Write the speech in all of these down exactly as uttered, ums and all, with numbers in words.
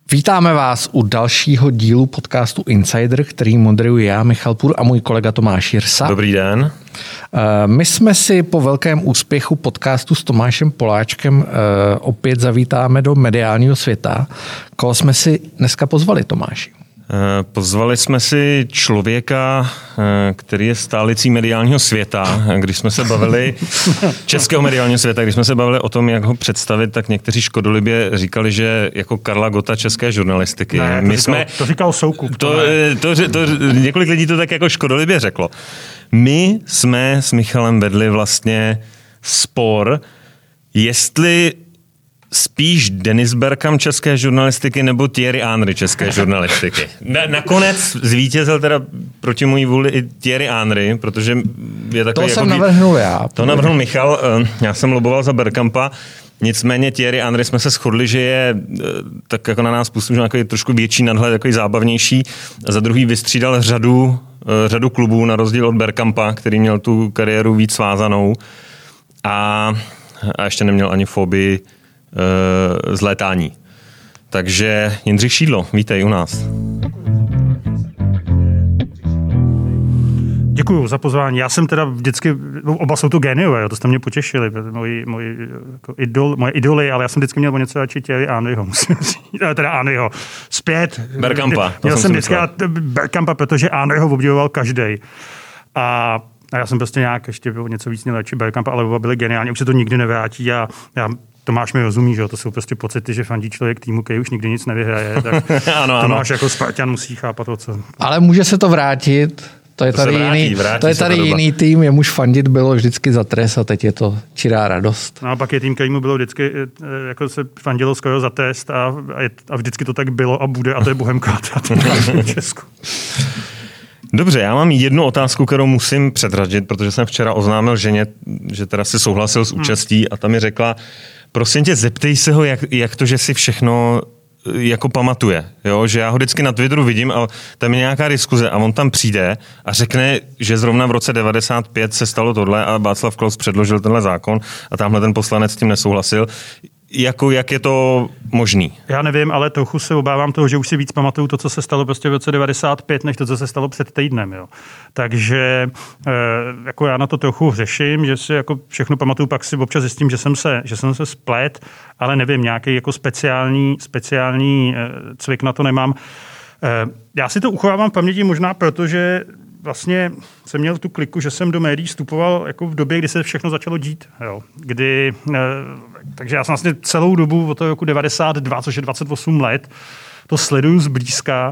Vítáme vás u dalšího dílu podcastu Insider, který moderuji já, Michal Pur, a můj kolega Tomáš Jirsa. Dobrý den. My jsme si po velkém úspěchu podcastu s Tomášem Poláčkem opět zavítáme do mediálního světa. Koho jsme si dneska pozvali, Tomáši? Pozvali jsme si člověka, který je stálicí mediálního světa. Když jsme se bavili, českého mediálního světa, když jsme se bavili o tom, jak ho představit, tak někteří škodolibě říkali, že jako Karla Gotta české žurnalistiky. Ne, to, My říkal, jsme, to říkal Soukup. To, to, to, to, několik lidí to tak jako škodolibě řeklo. My jsme s Michalem vedli vlastně spor, jestli spíš Denis Bergkamp české žurnalistiky nebo Thierry Henry české žurnalistiky. Na, nakonec zvítězil teda proti mojí vůli i Thierry Henry, protože je takový... To jsem jako, navrhnul já. To navrhnul Michal, já jsem loboval za Bergkampa, nicméně Thierry Henry jsme se shodli, že je tak jako na nás působí nějaký trošku větší nadhled, takový zábavnější. Za druhý vystřídal řadu, řadu klubů na rozdíl od Bergkampa, který měl tu kariéru víc svázanou a, a ještě neměl ani fobii z létání. Takže Jindřich Šídlo, vítej u nás. Děkuju za pozvání. Já jsem teda vždycky, oba jsou to géniové, to jste mě potěšili, moji, moji jako idol, moje idoly, ale já jsem vždycky měl o něco radši Thierry Henryho, musím říct. Teda Henryho. Zpět. Bergkampa. Měl jsem vždycky Bergkampa, protože Henryho obdivoval každej. A A já jsem prostě nějak ještě byl něco víc měl radši Bergkampa, ale oba byli geniální, už se to nikdy nevrátí a já Tomáš mi rozumí, že to jsou prostě pocity, že fandí člověk týmu, který už nikdy nic nevyhraje, tak ano, Tomáš ano. jako Spartan musí chápat o co. Ale může se to vrátit, to je to tady, vrátí, jiný, vrátí to je tady jiný tým, jemuž fandit bylo vždycky za trest a teď je to čirá radost. No a pak je tým, který mu bylo vždycky, jako se fandilo skoro za test a, a vždycky to tak bylo a bude a to je Bohemka v Česku. Dobře, já mám jednu otázku, kterou musím předřadit, protože jsem včera oznámil ženě, že teda si souhlasil s účastí hmm. a ta mi řekla, prosím tě, zeptej se ho, jak, jak to, že si všechno jako pamatuje. Jo? Že já ho vždycky na Twitteru vidím a tam je nějaká diskuze a on tam přijde a řekne, že zrovna v roce devadesát pět se stalo tohle a Václav Klaus předložil tenhle zákon a tamhle ten poslanec s tím nesouhlasil. Jako, jak je to možný? Já nevím, ale trochu se obávám toho, že už si víc pamatuju to, co se stalo prostě v roce devadesát pět, než to, co se stalo před týdnem. Jo. Takže e, jako já na to trochu řeším, že si jako všechno pamatuju, pak si občas zjistím, že jsem se, že jsem se splet, ale nevím, nějaký jako speciální, speciální e, cvik na to nemám. E, já si to uchovávám v paměti možná proto, že vlastně jsem měl tu kliku, že jsem do médií vstupoval jako v době, kdy se všechno začalo dít. Jo. Kdy, e, takže já jsem vlastně celou dobu od toho roku devadesát dva, což je dvacet osm let, to sleduju zblízka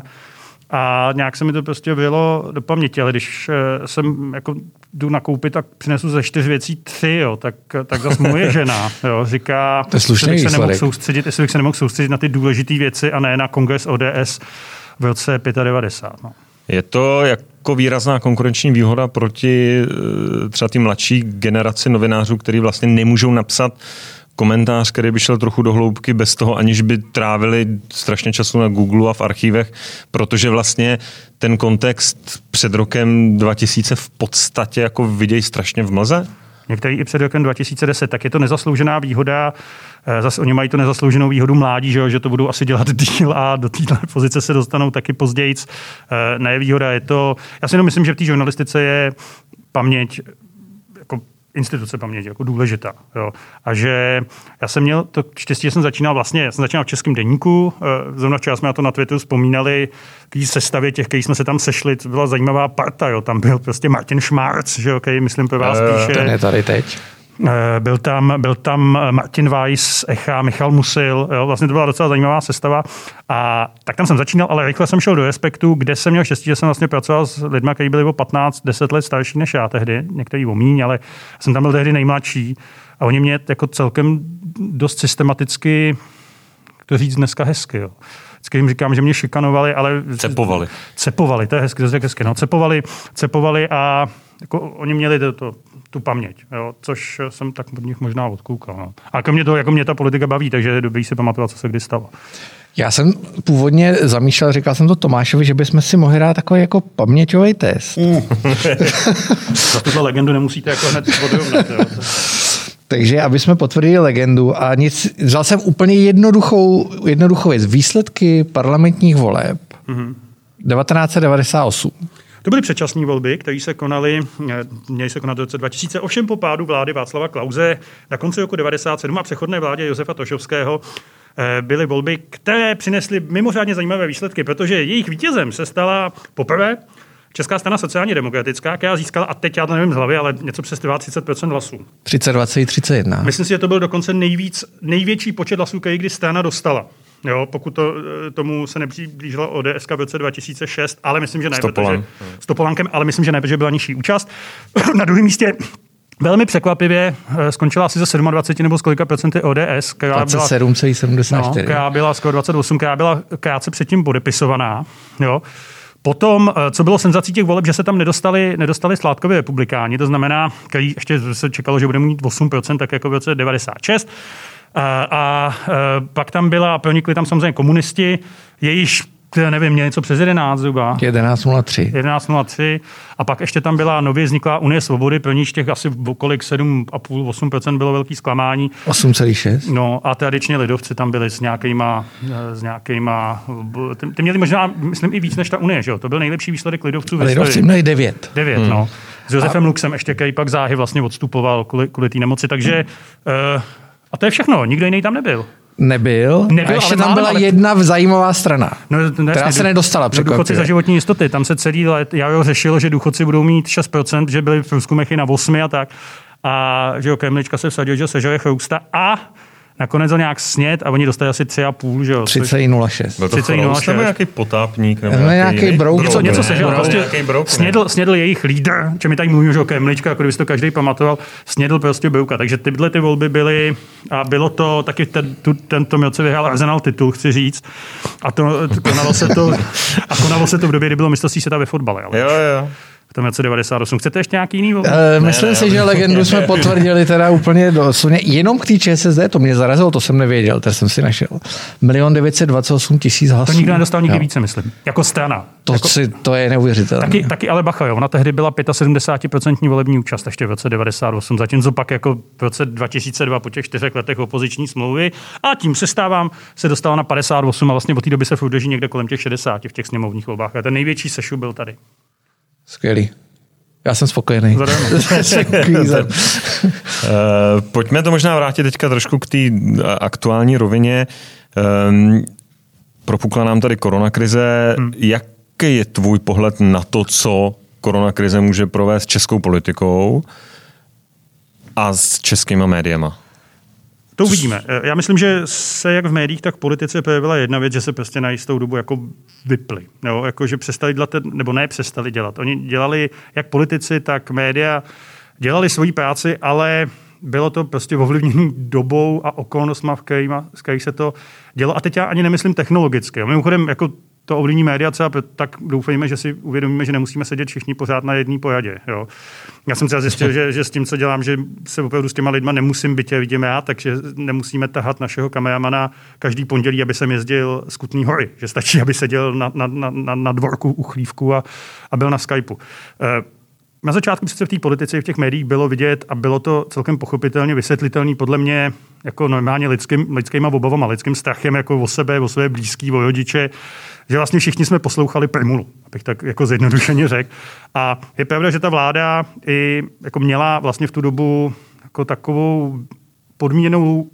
a nějak se mi to prostě bylo do paměti. Ale když e, jsem jako jdu nakoupit a přinesu ze čtyř věcí tři, jo, tak, tak zase moje žena jo, říká, jestli bych, se nemohl soustředit, jestli bych se nemohl soustředit na ty důležité věci a ne na kongres O D S v roce devadesát pět. No. Je to jako výrazná konkurenční výhoda proti třeba té mladší generaci novinářů, který vlastně nemůžou napsat komentář, který by šel trochu do hloubky bez toho, aniž by trávili strašně času na Google a v archívech, protože vlastně ten kontext před rokem dva tisíce v podstatě jako vidějí strašně v mlze? Některý i před rokem dva tisíce deset, tak je to nezasloužená výhoda. Zase oni mají to nezaslouženou výhodu mládí, že, jo, že to budou asi dělat díl a do téhle pozice se dostanou taky pozdějc. Ne výhoda, je to... Já si jenom myslím, že v té žurnalistice je paměť, jako instituce paměti, jako důležitá. Jo. A že já jsem měl to štěstí, že jsem začínal vlastně, já jsem začínal v Českém deníku, zrovna včera jsme na to na Twitteru vzpomínali, k sestavě těch, kteří jsme se tam sešli, to byla zajímavá parta, jo. Tam byl prostě Martin Šmárc, že jo, který myslím pro vás píše. Ten je tady teď. Byl tam, byl tam Martin Weiss z Echa, Michal Musil, jo, vlastně to byla docela zajímavá sestava. A tak tam jsem začínal, ale rychle jsem šel do Respektu, kde jsem měl štěstí, že jsem vlastně pracoval s lidmi, kteří byli o patnáct deset let starší než já tehdy, některý o míň, ale jsem tam byl tehdy nejmladší. A oni mě jako celkem dost systematicky, to říct dneska hezky, jo. Vždycky jim říkám, že mě šikanovali, ale... Cepovali. Cepovali, to je hezky, to je hezky, no. Cepovali, cepovali a jako oni měli to, to, tu paměť, jo, což jsem tak od nich možná odkoukal. No. A jako mě, to, jako mě ta politika baví, takže je dobrý si pamatovat, co se kdy stalo. Já jsem původně zamýšlel, říkal jsem to Tomášovi, že bychom si mohli dát takový jako paměťový test. Uh. Za tuto legendu nemusíte jako hned odrovnat. Takže aby jsme potvrdili legendu a nic, vzal jsem úplně jednoduchou, jednoduchou věc. Výsledky parlamentních voleb mm-hmm. devatenáct set devadesát osm. To byly předčasné volby, které se konaly, měly se konat v roce dva tisíce, ovšem po pádu vlády Václava Klause na konci roku devadesát sedm a přechodné vládě Josefa Tošovského byly volby, které přinesly mimořádně zajímavé výsledky, protože jejich vítězem se stala poprvé Česká strana sociálně demokratická, která získala, a teď já to nevím z hlavy, ale něco přes třicet procent hlasů. třicet, dvacet, třicet jedna. Myslím si, že to byl dokonce nejvíc, největší počet hlasů, který kdy strana dostala. Jo, pokud to, tomu se nepřiblížila O D S v roce dva tisíce šest, ale myslím, že ne. Stopolan. Protože, s Topolánkem, ale myslím, že ne, protože byla nižší účast. Na druhém místě velmi překvapivě skončila asi ze dvacet sedm nebo z kolika procenty O D S, která dvacet sedm celá sedmdesát čtyři. No, která byla skoro dvacet osm, která byla krátce předtím podepisovaná. Jo. Potom, co bylo senzací těch voleb, že se tam nedostali, nedostali sládkoví republikáni, to znamená, který ještě se čekalo, že bude mít osm procent, tak jako v roce devadesát šest. A, a, a pak tam byla, pronikli tam samozřejmě komunisti, jejíž, nevím, měli něco přes jedenáct zhruba. jedenáct nula tři. jedenáct nula tři. A pak ještě tam byla nově vzniklá Unie svobody, pro níž těch asi kolik sedm celá pět až osm procent bylo velký zklamání. osm celá šest. No a tradičně lidovci tam byli s nějakýma, s nějakýma, ty, ty měli možná, myslím, i víc než ta Unie, že jo? To byl nejlepší výsledek lidovců. Lidovci měli devět. Devět, hmm. no. S Josefem a... Luxem ještě, který pak záhy vlastně odstupoval kvůli, kvůli té nemoci, takže hmm. uh, a to je všechno, nikdo jiný tam nebyl. Nebyl. Nebyl, a ještě ale tam máme, byla ale... jedna zajímavá strana, no, ne, která ne, se nedostala překvapivě. Důchodci za životní jistoty, tam se celý let jaro řešilo, že důchodci budou mít šest procent, že byli v průzkumech i na osm a tak. A že jo, Kremlička se vsadil, že sežere chrousta a nakonec ho nějak snět a oni dostali asi tři a půl, že jo. třicet celá nula šest. Byl to chroust nebo nějaký potápník? Nebo nějaký, nějaký brouk. Něco, něco sežel. No, prostě brouk, snědl, snědl jejich lídr, či mi tady mluvím, že o Kremlička, jako kdyby si to každý pamatoval, snědl prostě brouka. Takže tyhle ty volby byly a bylo to taky ten, tu, tento roce vyhrál Arsenal titul, chci říct. A to, to, konalo se to, a konalo se to v době, kdy bylo mistrovství světa ve fotbale. Ale jo, jo. V tom roce devadesát osm. Chcete ještě nějaký jiný volby? Uh, myslím ne, si, ne, že legendu jsme potvrdili teda úplně doslovně. Jenom k té ČSSD, to mě zarazilo, to jsem nevěděl, to jsem si našel. milion devět set dvacet osm tisíc hlasů. To nikdo nedostal nikdy jo. více, myslím. Jako strana. To, jako... si, to je neuvěřitelné. Taky, taky ale bacha, jo. Ona tehdy byla sedmdesát pět procent volební účast ještě v roce devadesát osm, zatímco pak jako v roce dva tisíce dva po těch čtyřech letech opoziční smlouvy a tím se stávám, se dostala na padesát osm a vlastně od té doby se furt drží někde kolem těch šedesáti v těch sněmovních volbách. A ten největší sešup byl tady. Skvělý. Já jsem spokojený. uh, pojďme to možná vrátit teďka trošku k té aktuální rovině. Um, propukla nám tady koronakrize. Hmm. Jaký je tvůj pohled na to, co koronakrize může provést českou politikou a s českýma médiama? To uvidíme. Já myslím, že se jak v médiích, tak v politice projevila jedna věc, že se prostě na jistou dobu jako vypli. Jo? Jako, že přestali dělat, nebo ne přestali dělat. Oni dělali, jak politici, tak média, dělali svoji práci, ale bylo to prostě ovlivněné dobou a okolnostma, v kterýma, z kterých se to dělo. A teď já ani nemyslím technologicky. Jo? Mimochodem, jako to ovlivní média třeba, tak doufejme, že si uvědomíme, že nemusíme sedět všichni pořád na jedné poradě. Jo. Já jsem třeba zjistil, že, že s tím, co dělám, že se opravdu s těma lidma nemusím bytě, vidím já, takže nemusíme tahat našeho kameramana každý pondělí, aby jsem jezdil z Kutný Hory. Že stačí, aby seděl na, na, na, na dvorku u chlívku a, a byl na Skypeu. Na začátku přece v té politice, v těch médiích bylo vidět a bylo to celkem pochopitelně vysvětlitelný podle mě jako normálně lidským, lidskýma obavama, lidským strachem jako o sebe, o své blízký, o rodiče, že vlastně všichni jsme poslouchali Primulu, abych tak jako zjednodušeně řekl. A je pravda, že ta vláda i jako měla vlastně v tu dobu jako takovou podmíněnou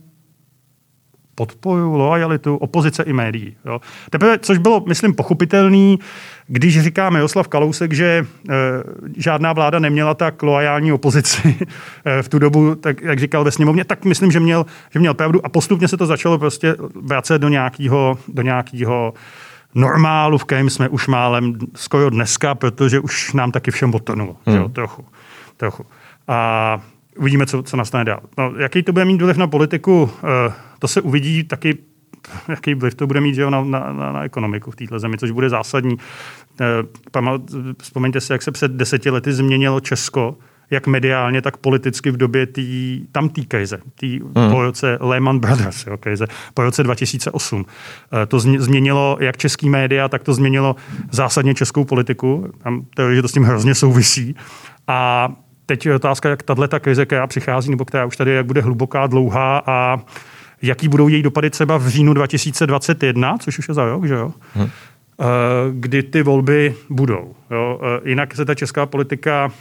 podporu, loajalitu, opozice i médií. Jo. Teprve, což bylo, myslím, pochopitelný, když říká Miroslav Kalousek, že e, žádná vláda neměla tak loajální opozici e, v tu dobu, tak jak říkal ve sněmovně, tak myslím, že měl, že měl pravdu a postupně se to začalo prostě vracet do nějakého do nějakého normálu, v kterém jsme už málem skoro dneska, protože už nám taky všem otonulo. Hmm. Jo, trochu, trochu. A uvidíme, co, co nastane dál. No, jaký to bude mít vliv na politiku, to se uvidí taky, jaký vliv to bude mít, že jo, na, na, na ekonomiku v této zemi, což bude zásadní. Vzpomeňte si, jak se před deseti lety změnilo Česko, jak mediálně, tak politicky v době tý, tam té krize, tý, hmm. po roce Lehman Brothers, jo, krize, po roce dva tisíce osm. To změnilo jak český média, tak to změnilo zásadně českou politiku. Tam to, že to s tím hrozně souvisí. A teď je otázka, jak tato krize, která přichází, nebo která už tady, jak bude hluboká, dlouhá a jaký budou její dopady třeba v říjnu dva tisíce dvacet jedna, což už je za rok, že jo? Hmm. Kdy ty volby budou. Jo? Jinak se ta česká politika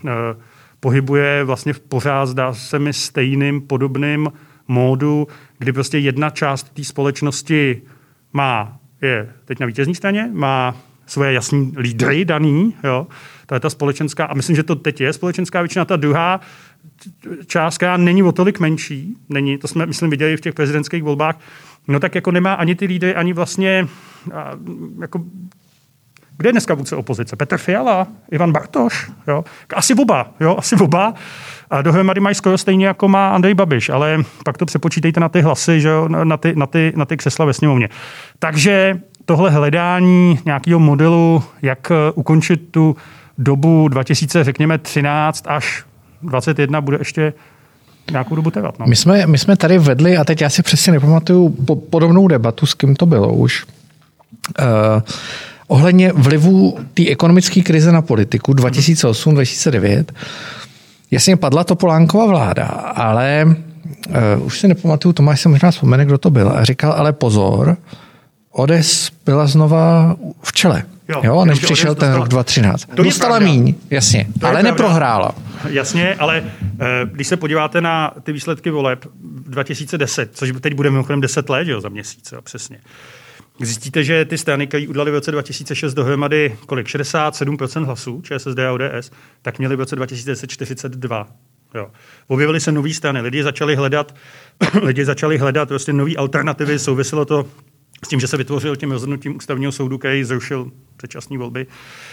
pohybuje vlastně v pořád, zdá se mi, stejným podobným módu, kdy prostě jedna část té společnosti má, je teď na vítězní straně, má svoje jasný lídry daný, jo? To je ta společenská, a myslím, že to teď je společenská většina, ta druhá část, která není o tolik menší, není, to jsme, myslím, viděli v těch prezidentských volbách, no tak jako nemá ani ty lídry, ani vlastně a, jako, kde je dneska vůdce opozice? Petr Fiala, Ivan Bartoš, jo? Asi oba, jo, asi oba. A dohromady mají skoro stejně, jako má Andrej Babiš, ale pak to přepočítejte na ty hlasy, že jo? Na, ty, na, ty, na ty křesla ve sněmovně. Takže tohle hledání nějakého modelu, jak ukončit tu dobu dva tisíce, řekněme, třináct až dvacet jedna bude ještě nějakou dobu trvat. No. My, jsme, my jsme tady vedli, a teď já si přesně nepamatuju, po, podobnou debatu, s kým to bylo už, uh, ohledně vlivu té ekonomické krize na politiku dva tisíce osm dva tisíce devět. Jasně, padla Topolánkova vláda, ale uh, už si nepamatuju, Tomáš se možná vzpomene, kdo to byl, a říkal, ale pozor, O D S byla znova v čele. Jo, jo než přišel ten rok dva tisíce třináct. Dostala míň, jasně, to ale neprohrála. Jasně, ale když se podíváte na ty výsledky voleb dva tisíce deset, což teď bude mimochodem deset let, jo, za měsíc, jo, přesně. Zjistíte, že ty strany, které udělali v roce dva tisíce šest dohromady kolik, šedesát sedm procent hlasů, ČSSD a O D S, tak měli v roce dva tisíce deset čtyřicet dva. Jo. Objevily se nový strany, lidi začali hledat, lidi začali hledat prostě nový alternativy, souviselo to s tím, že se vytvořil tím rozhodnutím ústavního soudu, který zrušil předčasné volby.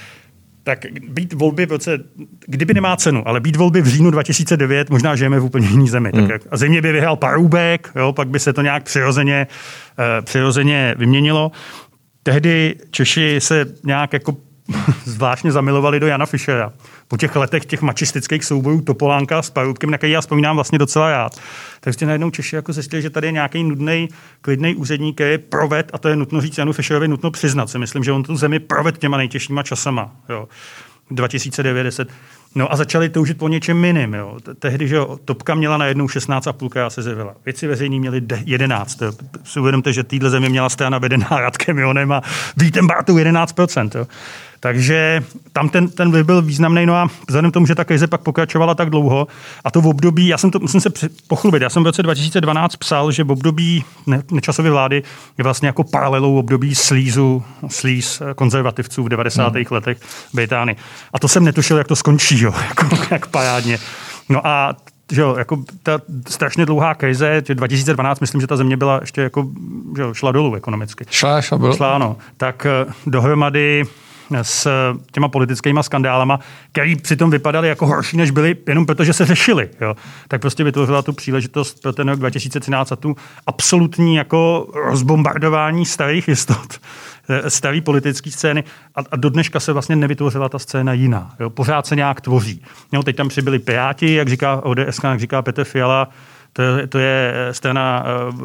Tak být volby v roce, kdyby nemá cenu, ale být volby v říjnu dva tisíce devět, možná žijeme v úplně jiný zemi. Hmm. Tak, a země by vyhrál Paroubek, jo, pak by se to nějak přirozeně, uh, přirozeně vyměnilo. Tehdy Češi se nějak jako zvláštně zamilovali do Jana Fischera. Po těch letech těch mačistických soubojů Topolánka s Paroubkem, na který já vzpomínám vlastně docela rád. Takže najednou Češi jako zjistili, že tady je nějaký nudný, klidný úředník, který je proved, a to je nutno říct Janu Fischerovi, nutno přiznat si. Myslím, že on tu zemi proved těma nejtěžšíma časama. Jo. dva tisíce devět deset. No a začali toužit po něčem jiným. Jo. Tehdy, že jo, Topka měla najednou šestnáct a půl, která se zjevila. Věci veřejný měli jedenáct. Jo. Si uvědomte, že týhle země měla strana vedená Radkem Jonem a Vítem Bartou jedenáct procent. Jo. Takže tam ten, ten vliv byl významný, no a vzhledem k tomu, že ta krize pak pokračovala tak dlouho, a to v období, já jsem to, musím se pochlubit, já jsem v roce dva tisíce dvanáct psal, že v období Nečasovy vlády je vlastně jako paralelou období slízu, slíz konzervativců v devadesátých Hmm. letech Británii. A to jsem netušil, jak to skončí, jo, jako, jak parádně. No a že jo, jako ta strašně dlouhá krize, dva tisíce dvanáct, myslím, že ta země byla ještě jako, že jo, šla dolů ekonomicky. Šla, šla, bylo. Šla, ano. Tak dohromady s těma politickými skandálama, který přitom vypadaly jako horší, než byly, jenom protože se řešili. Jo. Tak prostě vytvořila tu příležitost pro ten rok dva tisíce třináct a tu absolutní jako rozbombardování starých jistot, staré politické scény, a, a do dneška se vlastně nevytvořila ta scéna jiná. Jo. Pořád se nějak tvoří. Jo, teď tam přibyli Piráti, jak říká O D S, jak říká Petr Fiala, to, to je strana uh,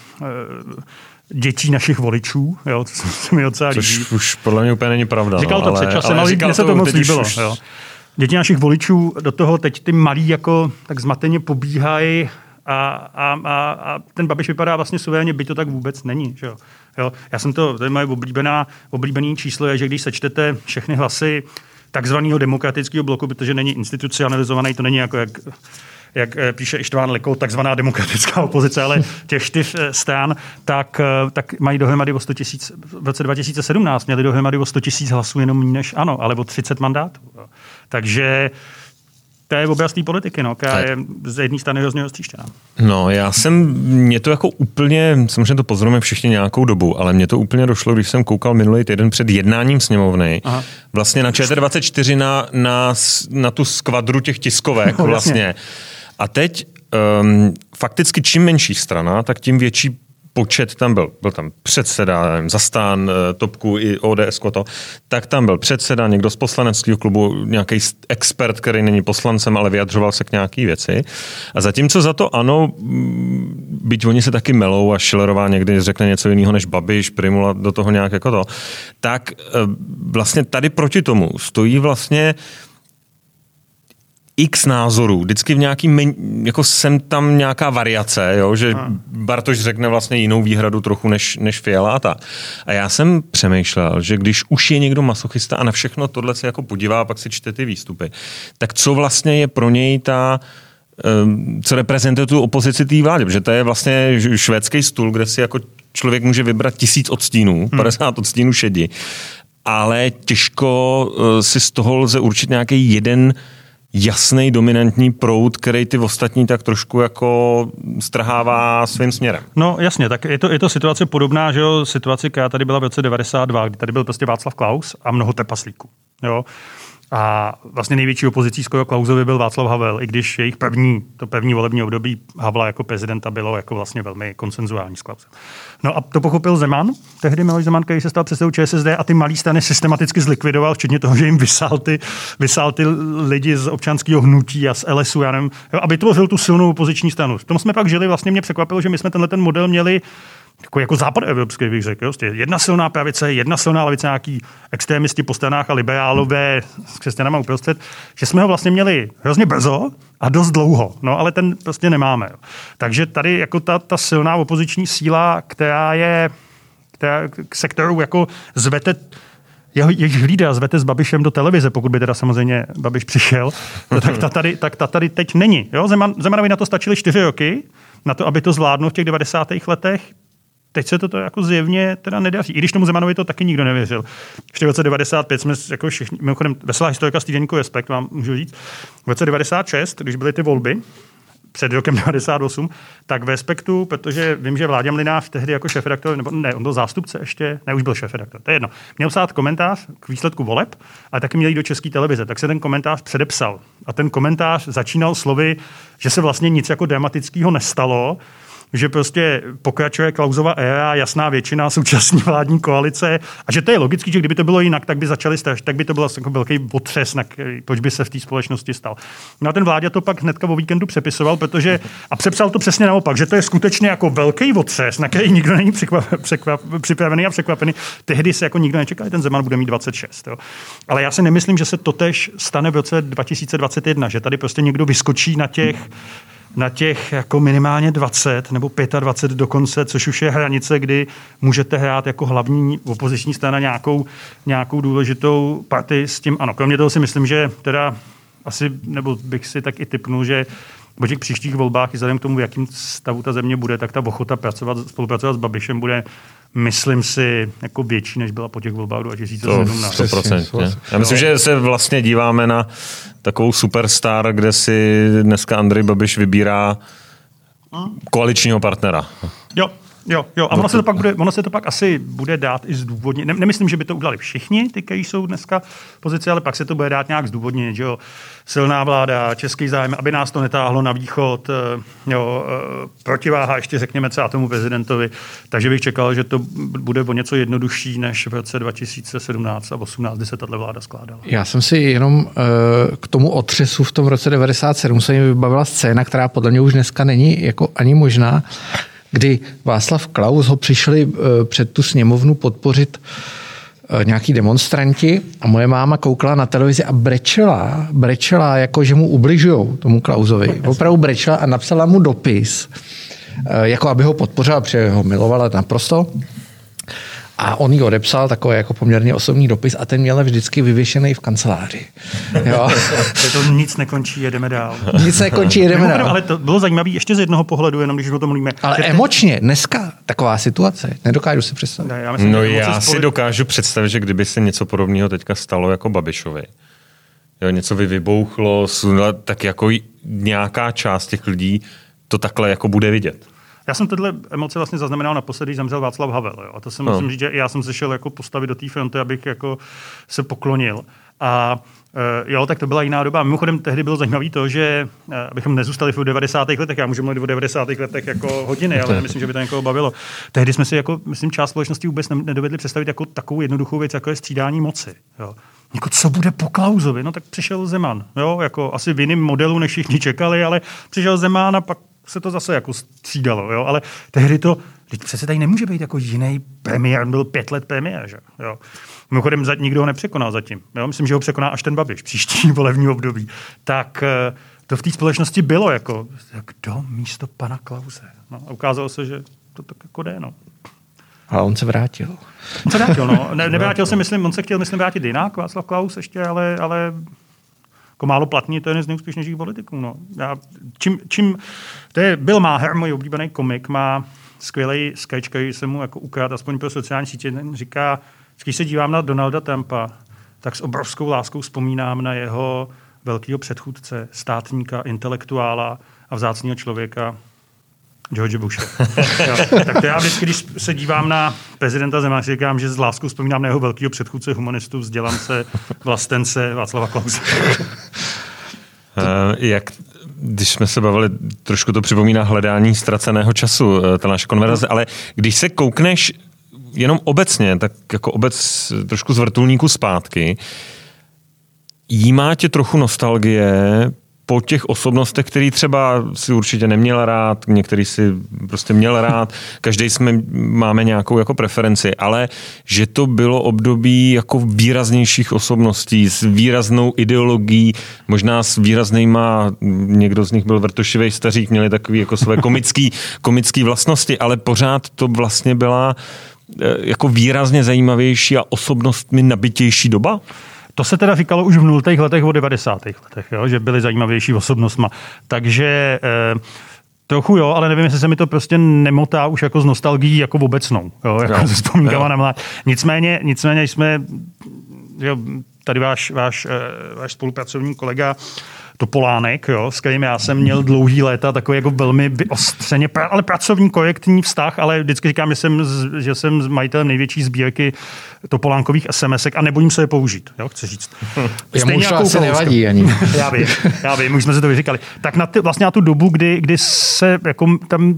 uh, dětí našich voličů, jo, to se mi docela líbí. Což už podle mě úplně není pravda. Říkal no, to ale, před časem, ale, ale mně se to moc líbilo. Už... Jo. Děti našich voličů, do toho teď ty malí jako tak zmateně pobíhají a, a, a, a ten Babiš vypadá vlastně suverénně, byť to tak vůbec není. Že jo. Jo. Já jsem to, to je moje oblíbená, oblíbený číslo, je, že když sečtete všechny hlasy takzvaného demokratického bloku, protože není institucionalizovaný, to není jako jak... jak píše Ištván Leko, takzvaná demokratická opozice, ale těch čtyř stran, tak, tak mají dohromady o sto tisíc, v roce dva tisíce sedmnáct měli dohromady o sto tisíc hlasů jenom méně než ANO, ale o třicet mandátů. Takže to je obraz té politiky, no, která je z jedné strany hrozně roztříštěná. No, já jsem, mě to jako úplně, samozřejmě to pozorujeme všichni nějakou dobu, ale mně to úplně došlo, když jsem koukal minulý týden před jednáním sněmovny, Aha. vlastně na Č T dvacet čtyři na, na, na tu skvadru těch tiskovek no, vlastně. A teď um, fakticky čím menší strana, tak tím větší počet tam byl. Byl tam předseda, nevím, Zastán, Topku i O D S, to, tak tam byl předseda, někdo z poslaneckého klubu, nějaký expert, který není poslancem, ale vyjadřoval se k nějaký věci. A zatímco za to ano, byť oni se taky melou a Schillerová někdy řekne něco jiného než Babiš, Primula do toho nějak jako to, tak vlastně tady proti tomu stojí vlastně x názorů, vždycky v nějaký, men, jako sem tam nějaká variace, jo, že hmm. Bartoš řekne vlastně jinou výhradu trochu než, než Fiala a ta. A já jsem přemýšlel, že když už je někdo masochista a na všechno tohle se jako podívá a pak si čte ty výstupy, tak co vlastně je pro něj ta, co reprezentuje tu opozici té vládě, protože to je vlastně švédský stůl, kde si jako člověk může vybrat tisíc odstínů, hmm. padesát odstínů šedi, ale těžko si z toho lze určit nějaký jeden jasný dominantní proud, který ty ostatní tak trošku jako strhává svým směrem. No jasně, tak je to, je to situace podobná, že jo, situace, která tady byla v roce devadesát dva, kdy tady byl prostě Václav Klaus a mnoho trpaslíků, jo. A vlastně největší opozicí skoro Klausovi byl Václav Havel, i když jejich první, to první volební období Havla jako prezidenta bylo jako vlastně velmi konsenzuální s Klausem. No a to pochopil Zeman, tehdy Miloš Zeman, který se stal předsedou ČSSD a ty malý strany systematicky zlikvidoval, včetně toho, že jim vysál ty, vysál ty lidi z občanského hnutí a z L S U, já nevím, jo, a vytvořil tu silnou opoziční stranu. V tom jsme pak žili, vlastně mě překvapilo, že my jsme tenhle ten model měli jako, jako západoevropský, bych řekl. Prostě jedna silná pravice, jedna silná levice, nějaký extrémisti po stranách a liberálové s křesťanama uprostřed, že jsme ho vlastně měli hrozně brzo a dost dlouho, no ale ten prostě nemáme. Takže tady jako ta, ta silná opoziční síla, která je, která, se kterou jako zvete jeho, jejich lídra zvete s Babišem do televize, pokud by teda samozřejmě Babiš přišel, tak ta tady, tak ta tady teď není. Jo? Zeman, Zemanovi na to stačily čtyři roky, na to, aby to zvládnul v těch devadesátých letech. Teď se to jako zjevně teda nedaří. I když tomu Zemanovi to taky nikdo nevěřil. Ještě v roce devadesát pět jsme jako všichni, mimochodem veselá historika z týdeníku Respekt, vám můžu říct, v roce devadesát šest, když byly ty volby, před rokem devadesát osm, tak v Respektu, protože vím, že Vláďa Mlynář tehdy jako šéfredaktor, nebo ne, on byl zástupce ještě, ne, už byl šéfredaktor, to je jedno. Měl psát komentář k výsledku voleb, ale taky měl jít do České televize, tak se ten komentář předepsal. A ten komentář začínal slovy, že se vlastně nic jako dramatického nestalo, že prostě pokračuje Klausova éra, jasná většina současné vládní koalice a že to je logický, že kdyby to bylo jinak, tak by začali strašit, tak by to byl jako velký otřes, na který, proč by se v té společnosti stal. No a ten Vláďa to pak hnedka o víkendu přepisoval, protože a přepsal to přesně naopak, že to je skutečně jako velký otřes, na který nikdo není překvap, překvap, připravený a překvapený. Tehdy se jako nikdo nečekal, ten Zeman bude mít dvacet šest. Jo. Ale já si nemyslím, že se totéž stane v roce dva tisíce dvacet jedna, že tady prostě někdo vyskočí na těch na těch jako minimálně dvacet nebo dvacet pět dokonce, což už je hranice, kdy můžete hrát jako hlavní opoziční strana nějakou, nějakou důležitou partii s tím. Ano, kromě toho si myslím, že teda asi, nebo bych si tak i tipnul, že po těch příštích volbách, i vzhledem k tomu, v jakým stavu ta země bude, tak ta ochota pracovat, spolupracovat s Babišem bude, myslím si, jako větší, než byla po těch volbách dva tisíce sedmnáct. sto procent. Já myslím, že se vlastně díváme na takovou superstar, kde si dneska Andrej Babiš vybírá koaličního partnera. Jo. Jo, jo, a ono se to pak, bude, ono se to pak asi bude dát i zdůvodnit. Ne, nemyslím, že by to udělali všichni, ty, kteří jsou dneska v pozici, ale pak se to bude dát nějak zdůvodnit, že jo, silná vláda, český zájem, aby nás to netáhlo na východ, jo, protiváha ještě řekněme třeba tomu prezidentovi, takže bych čekal, že to bude o něco jednodušší než v roce dva tisíce sedmnáct a osmnáct, kdy se tato vláda skládala. Já jsem si jenom uh, k tomu otřesu v tom roce devadesát sedm se mi vybavila scéna, která podle mě už dneska není jako ani možná, kdy Václav Klaus ho přišli před tu sněmovnu podpořit nějaký demonstranti a moje máma koukala na televizi a brečela, brečela, jako že mu ubližujou tomu Klausovi. Opravdu brečela a napsala mu dopis, jako aby ho podpořila, protože ho milovala naprosto. A on jí odepsal takový jako poměrně osobní dopis a ten měl vždycky vyvěšený v kanceláři. Jo? To nic nekončí, jedeme dál. Nic nekončí, jedeme dál. Ale to bylo zajímavé ještě z jednoho pohledu, jenom když o tom mluvíme. Ale ten... emočně, dneska taková situace, nedokážu si představit. Ne, já myslím, no já si dokážu představit, že kdyby se něco podobného teďka stalo jako Babišovi, jo, něco by vybouchlo, tak jako nějaká část těch lidí to takhle jako bude vidět. Já jsem tyhle emoce vlastně zaznamenal naposledy, když zemřel Václav Havel. Jo. A to se musím no. říct, že já jsem se šel jako postavit do té fronty, abych jako se poklonil. A e, jo, tak to byla jiná doba. Mimochodem tehdy bylo zajímavé to, že e, abychom nezůstali v devadesátých letech, já můžu mluvit o devadesátých letech jako hodiny, ale myslím, že by to někoho bavilo. Tehdy jsme si jako, myslím, část společnosti vůbec nedovedli představit jako takovou jednoduchou věc, jako je střídání moci. Jo. Jako, co bude po Klausovi? No tak přišel Zeman. Jo, jako asi v jiném modelu, než všichni čekali, ale přišel Zeman a pak se to zase jako střídalo, jo? Ale tehdy to, teď přece tady nemůže být jako jiný premiér, byl pět let premiér, že? Jo? Mimochodem nikdo ho nepřekonal zatím. Jo? Myslím, že ho překoná až ten Babiš příští volební období. Tak to v té společnosti bylo jako, kdo místo pana Klause? No, a ukázalo se, že to tak jako jde, no. A on se vrátil. On se vrátil, no. Ne, nevrátil se, myslím, on se chtěl, myslím, vrátit jinak, Václav Klaus ještě, ale, ale jako málo platný, to je jeden z nejúspěšnějších politiků, no. Já, čím, čím, to je Bill Maher, můj oblíbený komik, má skvělý sketch, který jsem mu jako ukradl, aspoň pro sociální sítě, říká, když se dívám na Donalda Trumpa, tak s obrovskou láskou vzpomínám na jeho velkého předchůdce, státníka, intelektuála a vzácného člověka, George Bushe. Jo, tak to já vždycky, když se dívám na prezidenta Zemana, si říkám, že s láskou vzpomínám na jeho velkého předchůdce, humanistu, vzdělance, vlastence Václava Klause. Uh, jak, když jsme se bavili, trošku to připomíná hledání ztraceného času, ta naše konverzace, ale když se koukneš jenom obecně, tak jako obec trošku z vrtulníku zpátky, jí má tě trochu nostalgie po těch osobnostech, který třeba si určitě neměl rád, některý si prostě měl rád, každý jsme máme nějakou jako preferenci, ale že to bylo období jako výraznějších osobností s výraznou ideologií, možná s výraznýma, někdo z nich byl vrtošivý stařík, měli takový jako své komický, komický vlastnosti, ale pořád to vlastně byla jako výrazně zajímavější a osobnostmi nabitější doba? To se teda říkalo už v nultých letech o devadesátých letech, jo, že byly zajímavější osobnostma. Takže eh, trochu jo, ale nevím, jestli se mi to prostě nemotá už jako z nostalgií jako obecnou, jo, jako se vzpomínkama na mlád. Nicméně, nicméně jsme, jo, tady váš, váš, eh, váš spolupracovník kolega Topolánek, jo, s kterým já jsem měl dlouhý léta takový jako velmi vyostřeně, ale pracovní, korektní vztah, ale vždycky říkám, že jsem, že jsem majitelem největší sbírky Topolánkových SMSek a nebojím se je použít, jo, chci říct. Jemu už to asi nevadí ani. Já vím, já vím, už jsme se to vyříkali. Tak na ty, vlastně na tu dobu, kdy, kdy se jako tam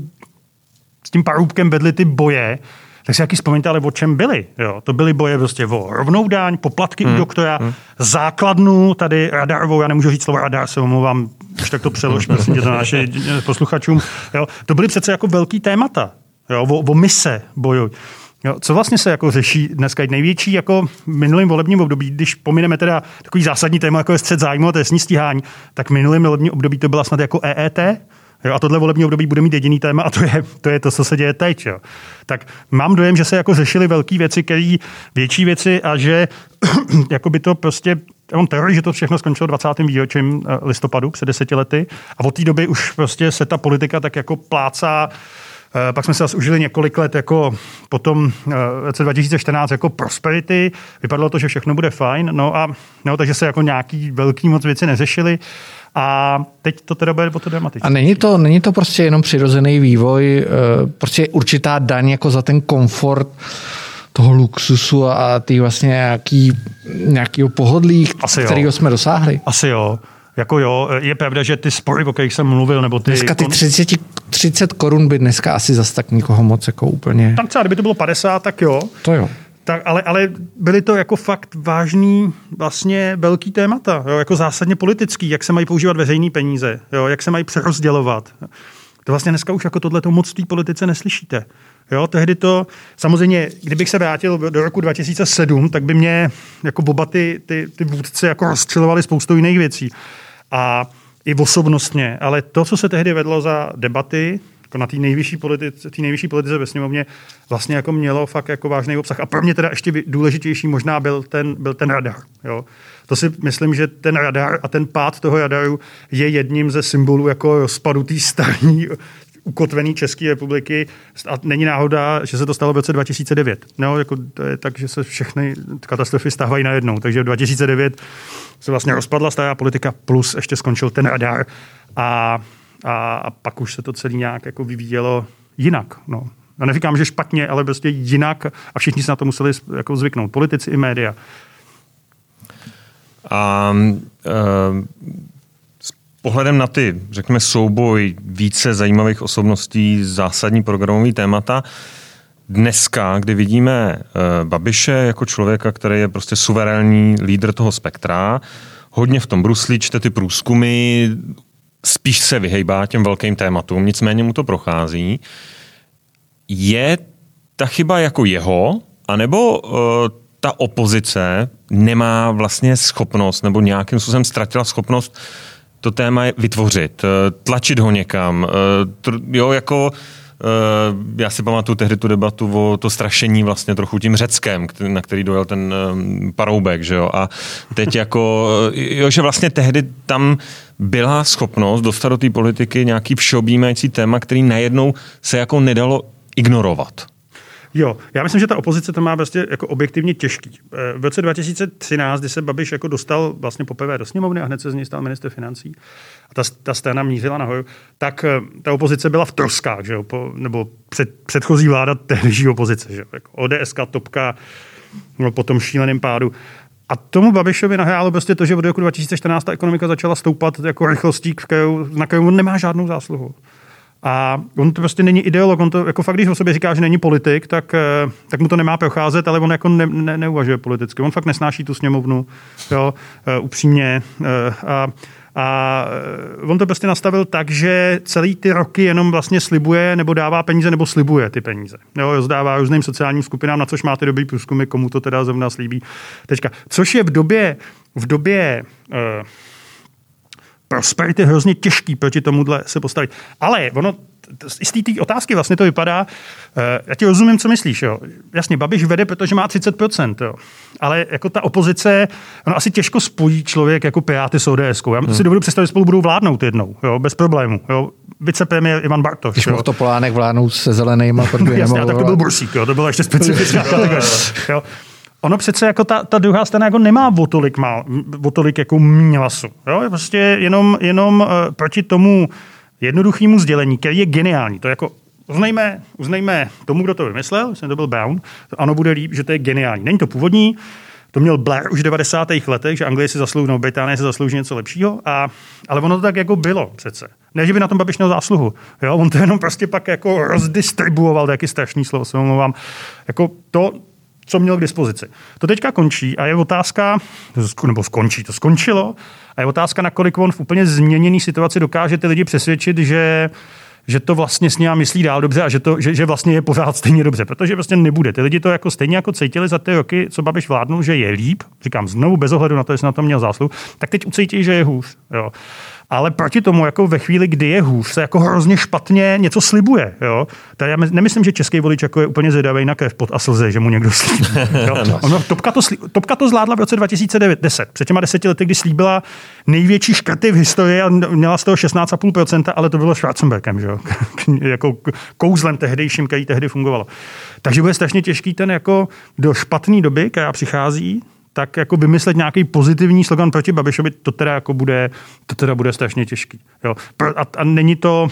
s tím Paroubkem vedly ty boje, tak si jaký vzpomeňte, ale o čem byly. Jo? To byly boje prostě o rovnou daň, poplatky hmm. u doktora, hmm. základnu tady radarovou, já nemůžu říct slovo radar, se omlouvám, už tak to přelož, prosím tě to naše posluchačům. Jo? To byly přece jako velký témata, jo? O, o mise bojuj. Jo? Co vlastně se jako řeší dneska? Největší jako v minulém volebním období, když pomineme teda takový zásadní téma, jako je střet zájmu a trestní stíhání, tak minulém volebním období to byla snad jako E E T. Jo, a tohle volební období bude mít jediný téma a to je to, je to co se děje teď. Jo. Tak mám dojem, že se jako řešily velké věci, které větší věci a že jako by to prostě, on teorii, že to všechno skončilo dvacátým výročím listopadu před deseti lety a od té doby už prostě se ta politika tak jako plácá. Pak jsme se zase užili několik let jako potom v roce dva tisíce čtrnáct jako prosperity. Vypadalo to, že všechno bude fajn, no a no, takže se jako nějaký velký moc věci neřešily. A teď to teda bude to dramatické. A není to, není to prostě jenom přirozený vývoj, prostě určitá daň jako za ten komfort toho luxusu a ty vlastně nějaký, nějakýho pohodlí, kterého jsme dosáhli? Asi jo. Jako jo, je pravda, že ty spory, o kterých jsem mluvil, nebo ty... Dneska ty třicet, třicet korun by dneska asi zas tak nikoho moc jako úplně... Tam třeba, kdyby to bylo padesát, tak jo. To jo. Tak, ale, ale byly to jako fakt vážný, vlastně velký témata, jo, jako zásadně politický, jak se mají používat veřejný peníze, jo, jak se mají přerozdělovat. To vlastně dneska už jako tohleto moc v té politice neslyšíte. Jo, tehdy to, samozřejmě, kdybych se vrátil do roku dva tisíce sedm, tak by mě jako oba ty, ty, ty vůdce jako rozstřelovali spoustu jiných věcí. A i osobnostně, ale to, co se tehdy vedlo za debaty, jako na té nejvyšší politice, té nejvyšší politice ve sněmovně, vlastně jako mělo fakt jako vážný obsah. A pro mě teda ještě důležitější možná byl ten, byl ten radar. Jo. To si myslím, že ten radar a ten pád toho radaru je jedním ze symbolů jako rozpadu té starní ukotvený České republiky a není náhoda, že se to stalo v roce dva tisíce devět. No, jako to je tak, že se všechny katastrofy stávají najednou. Takže v dva tisíce devět se vlastně rozpadla stará politika, plus ještě skončil ten radar a, a, a pak už se to celý nějak jako vyvíjelo jinak. No. Já neříkám, že špatně, ale prostě jinak a všichni se na to museli jako zvyknout. Politici i média. A uh... pohledem na ty, řekněme, souboj více zajímavých osobností, zásadní programový témata, dneska, kdy vidíme uh, Babiše jako člověka, který je prostě suverénní lídr toho spektra, hodně v tom bruslí, čte ty průzkumy, spíš se vyhejbá těm velkým tématům, nicméně mu to prochází. Je ta chyba jako jeho, anebo uh, ta opozice nemá vlastně schopnost, nebo nějakým způsobem ztratila schopnost to téma vytvořit, tlačit ho někam. Jo, jako já si pamatuju tehdy tu debatu o to strašení vlastně trochu tím Řeckem, na který dojel ten Paroubek, že jo. A teď jako, jo, že vlastně tehdy tam byla schopnost dostat do té politiky nějaký všeobjímající téma, který najednou se jako nedalo ignorovat. Jo, já myslím, že ta opozice to má vlastně jako objektivně těžký. V roce dva tisíce třináct, kdy se Babiš jako dostal vlastně poprvé do sněmovny a hned se z něj stal ministr financí a ta, ta strana mířila nahoru, tak ta opozice byla v troskách, že jo, po, nebo před, předchozí vláda tehdejší opozice, že jo, jako ODSka, Topka, no, po tom šíleném pádu. A tomu Babišovi nahrálo prostě to, že od roku dva tisíce čtrnáct ta ekonomika začala stoupat jako rychlostí, kterou, na kterou on nemá žádnou zásluhu. A on to prostě není ideolog, on to jako fakt, když o sobě říká, že není politik, tak, tak mu to nemá procházet, ale on jako ne, ne, neuvažuje politicky. On fakt nesnáší tu sněmovnu, jo, upřímně. A, a on to prostě nastavil tak, že celý ty roky jenom vlastně slibuje, nebo dává peníze, nebo slibuje ty peníze. Jo, rozdává různým sociálním skupinám, na což máte dobrý průzkumy, komu to teda zrovna slíbí. Teďka, což je v době, v době uh, prosperity hrozně těžký proti tomuhle se postavit. Ale ono, z té otázky vlastně to vypadá, já ti rozumím, co myslíš. Jo. Jasně, Babiš vede, protože má třicet procent. Jo. Ale jako ta opozice, ono asi těžko spojí člověk jako Piráty s ODSkou. Já hmm. si dovedu představit, že spolu budou vládnout jednou, jo, bez problému. Jo. Vicepremiér Ivan Bartoš. Když mohl Topolánek vládnout se zelenejma, protože jasně, a tak to byl Bursík, jo, to byla ještě specifická kategorie. Ono přece jako ta, ta druhá strana jako nemá o tolik, má, o tolik jako míň hlasu. Jo? Prostě jenom, jenom uh, proti tomu jednoduchému sdělení, který je geniální. To jako uznejme, uznejme tomu, kdo to vymyslel, jsem to byl Brown, to ano, bude líp, že to je geniální. Není to původní, to měl Blair už v devadesátých letech, že Anglie si zaslouží, no Británie si zaslouží něco lepšího, a, ale ono to tak jako bylo přece. Ne, že by na tom Babiš měl zásluhu. Jo? On to jenom prostě pak jako rozdistribuoval, taky strašný slovo, se omlouvám. Jako to, co měl k dispozici. To teďka končí a je otázka, nebo skončí, to skončilo, a je otázka, nakolik on v úplně změněné situaci dokáže ty lidi přesvědčit, že, že to vlastně s ním myslí dál dobře a že, to, že, že vlastně je pořád stejně dobře, protože prostě nebude. Ty lidi to jako stejně jako cítili za ty roky, co Babiš vládnul, že je líp, říkám znovu bez ohledu na to, jestli na to měl zásluhu, tak teď ucítí, že je hůř. Jo. Ale proti tomu, jako ve chvíli, kdy je hůř, se jako hrozně špatně něco slibuje. Jo? Tady já nemyslím, že český volič jako je úplně zvědavý na krev pod a slzy, že mu někdo slíbí. Ono, topka, to slí, topka to zvládla v roce dva tisíce deset. Před těma deseti lety, kdy slíbila největší škrty v historii a měla z toho šestnáct celá pět procenta, ale to bylo Schwarzenbergem, že jo? Jako kouzlem tehdejším, který tehdy fungovalo. Takže bude strašně těžký ten jako do špatné doby, která přichází, tak jako vymyslet nějaký pozitivní slogan proti Babišovi, to teda jako bude, to teda bude strašně těžký. Jo. A, a není to,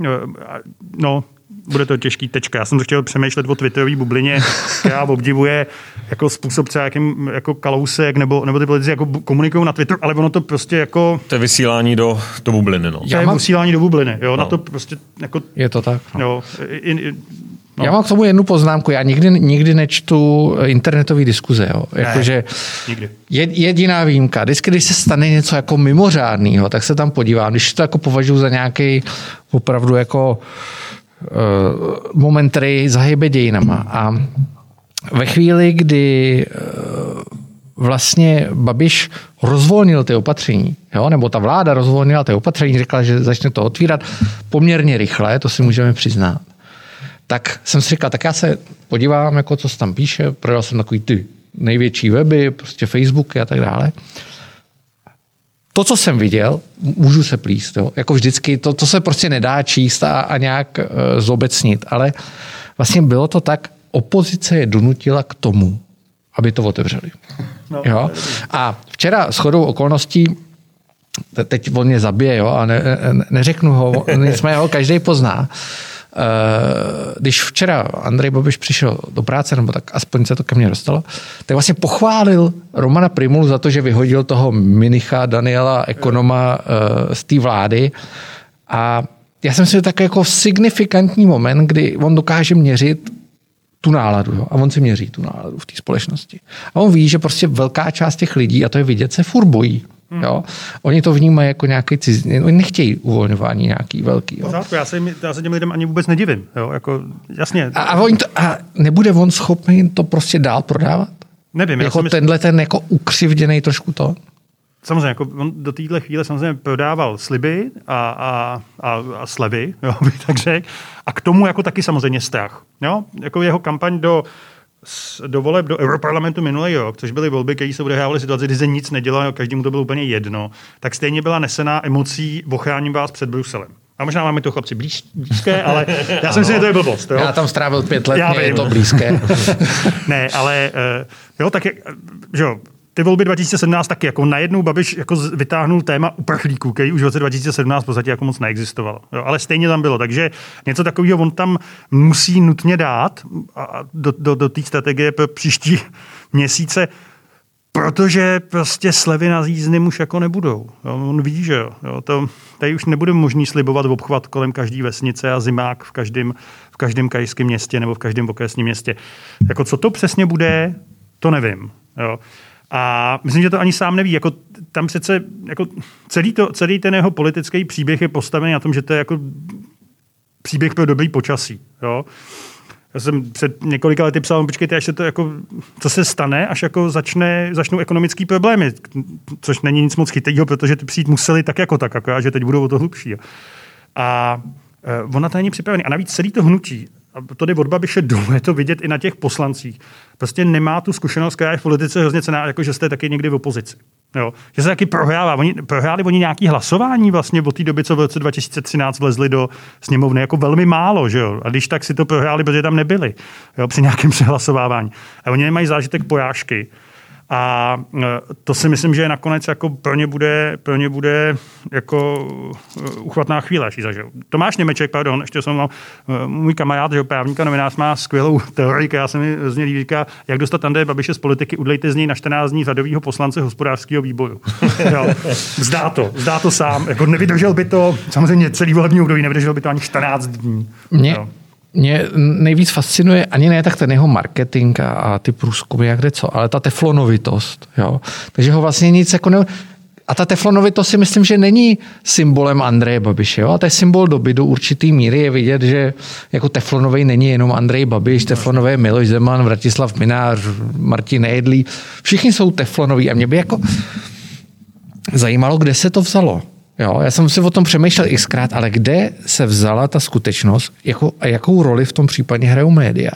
no, bude to těžký, tečka. Já jsem chtěl přemýšlet o twitterové bublině, která obdivuje jako způsob třeba jakým, jako Kalousek nebo, nebo ty politici jako komunikují na Twitteru, ale ono to prostě jako... To je vysílání do, do bubliny, no. To je vysílání do bubliny, jo, no. Na to prostě jako... Je to tak, no. Jo, i, i, No. Já mám k tomu jednu poznámku. Já nikdy, nikdy nečtu internetové diskuze. Jo. Jakože je, jediná výjimka. Vždycky, když se stane něco jako mimořádného, tak se tam podívám. Když to jako považuji za nějaký opravdu jako uh, moment, který zahybe dějinama. A ve chvíli, kdy uh, vlastně Babiš rozvolnil ty opatření, jo, nebo ta vláda rozvolnila ty opatření, řekla, že začne to otvírat poměrně rychle, to si můžeme přiznat. Tak jsem si říkal, tak já se podívám, jako co se tam píše, prodal jsem takový ty největší weby, prostě Facebooky a tak dále. To, co jsem viděl, můžu se plíst, jo? Jako vždycky, to, to se prostě nedá číst a, a nějak uh, zobecnit, ale vlastně bylo to tak, opozice je donutila k tomu, aby to otevřeli. No, jo? A včera shodou okolností, teď on mě zabije, jo? A ne, ne, neřeknu ho, nicméně ho každý pozná. Když včera Andrej Babiš přišel do práce, nebo tak aspoň se to ke mně dostalo, tak vlastně pochválil Romana Prymulu za to, že vyhodil toho Minicha, Daniela, ekonoma z té vlády. A já jsem si to tak jako signifikantní moment, kdy on dokáže měřit tu náladu. Jo? A on si měří tu náladu v té společnosti. A on ví, že prostě velká část těch lidí, a to je vidět, se furt bojí. Hmm. Jo? Oni to vnímají jako nějaký cizí. Oni nechtějí uvolňování nějaký velký. Jo? Já se, já se těm lidem ani vůbec nedivím. Jo? Jako, jasně. A, a, oni to, a nebude on schopný to prostě dál prodávat? Nevím. Jako myslím, tenhle ten jako ukřivděnej trošku to? Samozřejmě, jako on do téhle chvíle samozřejmě prodával sliby a, a, a, a slevy, jo, bych tak řekl. A k tomu jako taky samozřejmě strach. Jo? Jako jeho kampaň do, do voleb do Europarlamentu minulý rok, což byly volby, které se odehrávaly situaci, kdy se nic nedělalo, každému to bylo úplně jedno, tak stejně byla nesená emocí ochráním vás před Bruselem. A možná máme to chlapci blíž, blízké, ale já si myslím, že to je blbost. Jo? Já tam strávil pět let, já mě je to blízké. Ne, ale jo, tak jak, že jo, ty volby dva tisíce sedmnáct taky jako najednou Babiš jako vytáhnul téma uprchlíků, který už v roce dva tisíce sedmnáct v podstatě jako moc neexistovalo. Jo, ale stejně tam bylo. Takže něco takového on tam musí nutně dát a do, do, do té strategie pro příští měsíce, protože prostě slevy na jízdným už jako nebudou. Jo, on ví, že jo. jo to, tady už nebude možný slibovat obchvat kolem každé vesnice a zimák v každém, v každém krajském městě nebo v každém okresním městě. Jako co to přesně bude, to nevím. Jo. A myslím, že to ani sám neví. Jako, tam přece jako celý, to, celý ten jeho politický příběh je postavený na tom, že to je jako příběh pro dobrý počasí. Jo? Já jsem před několika lety psal, počkejte, až se to jako, co se stane, až jako začne, začnou ekonomický problémy, což není nic moc chytrýho, protože ty přijít museli tak jako tak, jako, že teď budou o to hlubší. A ona to není připravený. A navíc celý to hnutí, a to jde od Babiše dolů, je to vidět i na těch poslancích. Prostě nemá tu zkušenost, která je v politice hrozně cenná, jako že jste taky někdy v opozici. Jo. Že se taky prohrává. Oni, prohráli oni nějaký hlasování vlastně od té doby, co v roce dva tisíce třináct vlezli do sněmovny, jako velmi málo, že jo. A když tak si to prohráli, protože tam nebyli, jo, při nějakém přehlasovávání. A oni nemají zážitek porážky. A to si myslím, že nakonec jako pro ně bude, pro ně bude jako uchvatná chvíle, až ji zažil. Tomáš Němeček, pardon, ještě jsem mal, můj kamarád, že právníka, novinář, má skvělou teorii, která se mi z něj říká, jak dostat Andreje Babiše z politiky, udlejte z něj na čtrnáct dní řadovýho poslance hospodářského výboru. Jo. Vzdá to, vzdá to sám. Jako nevydržel by to, samozřejmě celý volební období, nevydržel by to ani čtrnáct dní. Mě, jo. Mě nejvíc fascinuje ani ne tak ten jeho marketing a, a ty průzkumy, jak jde co, ale ta teflonovitost. Jo? Takže ho vlastně nic jako ne... A ta teflonovitost si myslím, že není symbolem Andreje Babiše. Jo? A to je symbol doby do určitý míry. Je vidět, že jako teflonovej není jenom Andrej Babiš, teflonový je Miloš Zeman, Vratislav Minář, Martin Nejedlý. Všichni jsou teflonoví. A mě by jako zajímalo, kde se to vzalo. Jo, já jsem si o tom přemýšlel xkrát, ale kde se vzala ta skutečnost, jako, a jakou roli v tom případě hrajou média,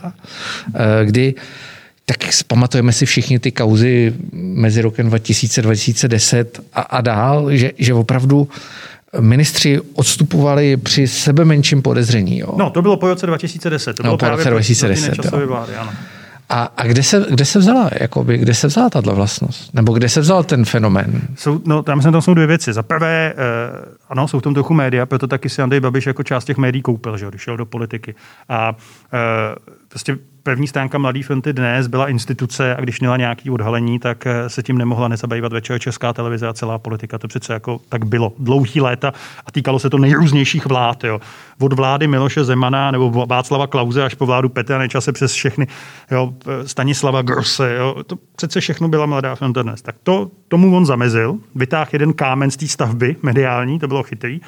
kdy tak pamatujeme si všichni ty kauzy mezi rokem dva tisíce a dva tisíce deset a, a dál, že, že opravdu ministři odstupovali při sebe menším podezření. Jo. No, to bylo po roce dva tisíce deset. To no, bylo po právě roce dva tisíce deset. Vlády, ano. A, a kde, se, kde se vzala, jakoby, kde se vzala tato vlastnost? Nebo kde se vzal ten fenomén? Jsou, no, tam, tam jsou dvě věci. Za prvé, eh, ano, jsou v tom trochu média, proto taky si Andrej Babiš jako část těch médií koupil, že když šel do politiky. A eh, prostě první stránka Mladé fronty Dnes byla instituce a když měla nějaké odhalení, tak se tím nemohla nezabývat večer Česká televize a celá politika. To přece jako tak bylo dlouhý léta a týkalo se to nejrůznějších vlád. Jo. Od vlády Miloše Zemana nebo Václava Klause až po vládu Petra Nečase přes všechny, jo, Stanislava Grosse. Jo. To přece všechno byla Mladá fronta Dnes. Tak to, tomu on zamezil. Vytáhl jeden kámen z té stavby mediální, to bylo chytrý.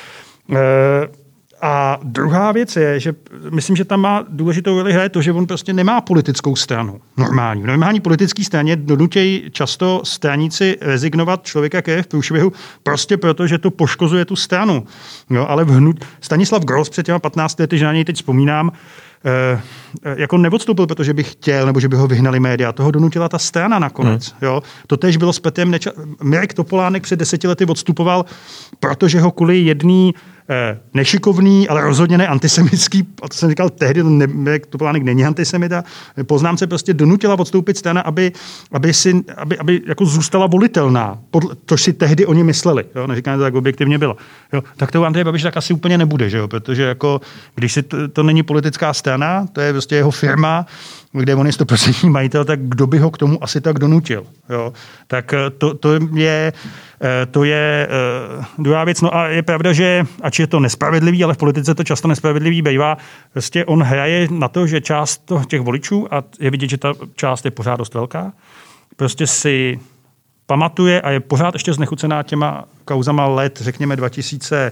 E- A druhá věc je, že myslím, že tam má důležitou roli hraje to, že on prostě nemá politickou stranu. Normální. V normální politické straně donutějí často straníci rezignovat člověka, který je v průšvihu, prostě proto, že to poškozuje tu stranu. Jo, ale v hnut... Stanislav Gross před těma patnácti lety, že na něj teď vzpomínám, eh, jako neodstoupil, protože by chtěl, nebo že by ho vyhnali média. Toho donutila ta strana nakonec. Hmm. Jo. To též bylo s Petrem Neča... Mirek Topolánek před deseti lety odstupoval, protože ho kvůli jedný nešikovný, ale rozhodně ne antisemitský, a to jsem říkal tehdy, ne, Topolánek není antisemita, poznámce prostě donutila odstoupit strana, aby, aby, si, aby, aby jako zůstala volitelná, podle, což si tehdy oni mysleli, jo, neříkám, že to tak objektivně bylo. Jo, tak to Andrej Babiš tak asi úplně nebude, že jo, protože jako, když si to, to není politická strana, to je prostě jeho firma, kde on je sto procent majitel, tak kdo by ho k tomu asi tak donutil. Jo? Tak to, to je, to je uh, druhá věc. No a je pravda, že ač je to nespravedlivý, ale v politice to často nespravedlivý bývá, prostě on hraje na to, že část těch voličů, a je vidět, že ta část je pořád dost velká, prostě si pamatuje a je pořád ještě znechucená těma kauzama let, řekněme dva tisíce,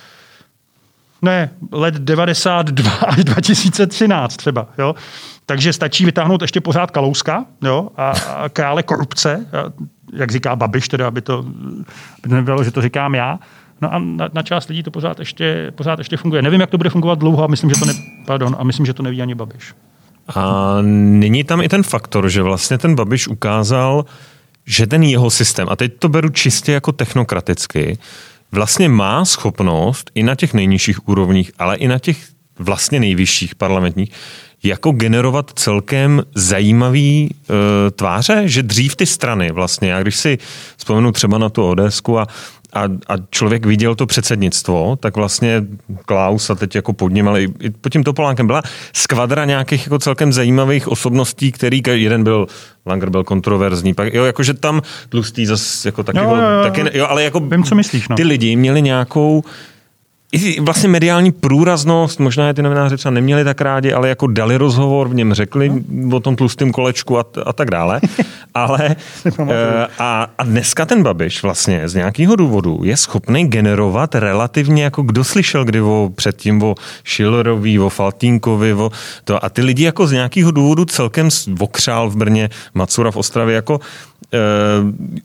ne, let devadesát dva až dva tisíce třináct třeba, jo. Takže stačí vytáhnout ještě pořád Kalouska, jo, a, a krále korupce, a, jak říká Babiš, teda, aby to, aby to nebylo, že to říkám já. No a na, na část lidí to pořád ještě, pořád ještě funguje. Nevím, jak to bude fungovat dlouho, a myslím, že to ne, pardon, a myslím, že to neví ani Babiš. A není tam i ten faktor, že vlastně ten Babiš ukázal, že ten jeho systém, a teď to beru čistě jako technokraticky, vlastně má schopnost i na těch nejnižších úrovních, ale i na těch vlastně nejvyšších parlamentních, jako generovat celkem zajímavý e, tváře, že dřív ty strany vlastně, já když si vzpomenu třeba na tu ODSku a A, a člověk viděl to předsednictvo, tak vlastně Klaus a teď jako pod ním, ale i pod tím Topolánkem byla skvadra nějakých jako celkem zajímavých osobností, který jeden byl, Langer byl kontroverzní, pak jo, jakože tam Tlustý zase jako taky, jo, byl, jo, jo. taky jo, ale jako vím, co myslíš, no. Ty lidi měli nějakou i vlastně mediální průraznost, možná je ty novináři třeba neměli tak rádi, ale jako dali rozhovor, v něm řekli no. o tom tlustém kolečku a, a tak dále. Ale a, a dneska ten Babiš vlastně z nějakého důvodu je schopný generovat relativně, jako kdo slyšel kdy o předtím o Schillerovi, o Faltínkovi, o to, a ty lidi jako z nějakého důvodu celkem Vokřál v Brně, Macura v Ostravě, jako e,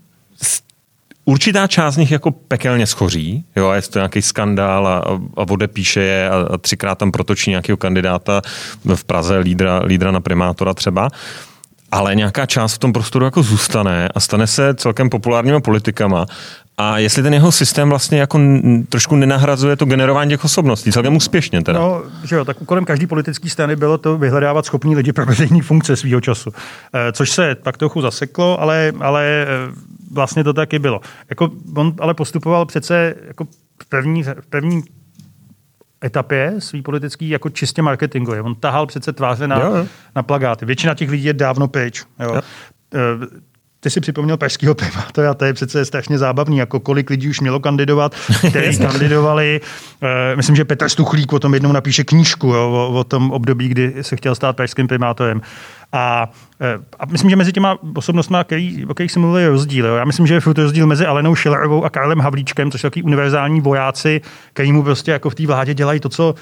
určitá část z nich jako pekelně schoří, jo, a je to nějaký skandál a, a odepíše je a, a třikrát tam protočí nějakého kandidáta v Praze, lídra, lídra na primátora třeba, ale nějaká část v tom prostoru jako zůstane a stane se celkem populárníma politikama. A jestli ten jeho systém vlastně jako n- trošku nenahrazuje to generování těch osobností, celkem úspěšně teda. No, že jo, tak úkolem každý politický strany bylo to vyhledávat schopný lidi pro veřejné funkce svýho času. E, což se tak trochu zaseklo, ale, ale vlastně to taky bylo. Jako on ale postupoval přece jako v první, v první etapě svý politický jako čistě marketingově. On tahal přece tváře na, na plagáty. Většina těch lidí je dávno pryč. Jo. Jo. E, Ty si připomněl pražského primátora, to je přece strašně zábavný, jako kolik lidí už mělo kandidovat, kteří kandidovali. E, myslím, že Petr Stuchlík o tom jednou napíše knížku, jo, o, o tom období, kdy se chtěl stát pražským primátorem. A, e, a myslím, že mezi těma osobnostmi, který, o kterých jsem mluvil, je rozdíl. Jo. Já myslím, že je furt rozdíl mezi Alenou Schillerovou a Karlem Havlíčkem, což jsou takový univerzální vojáci, který mu prostě jako v té vládě dělají to, co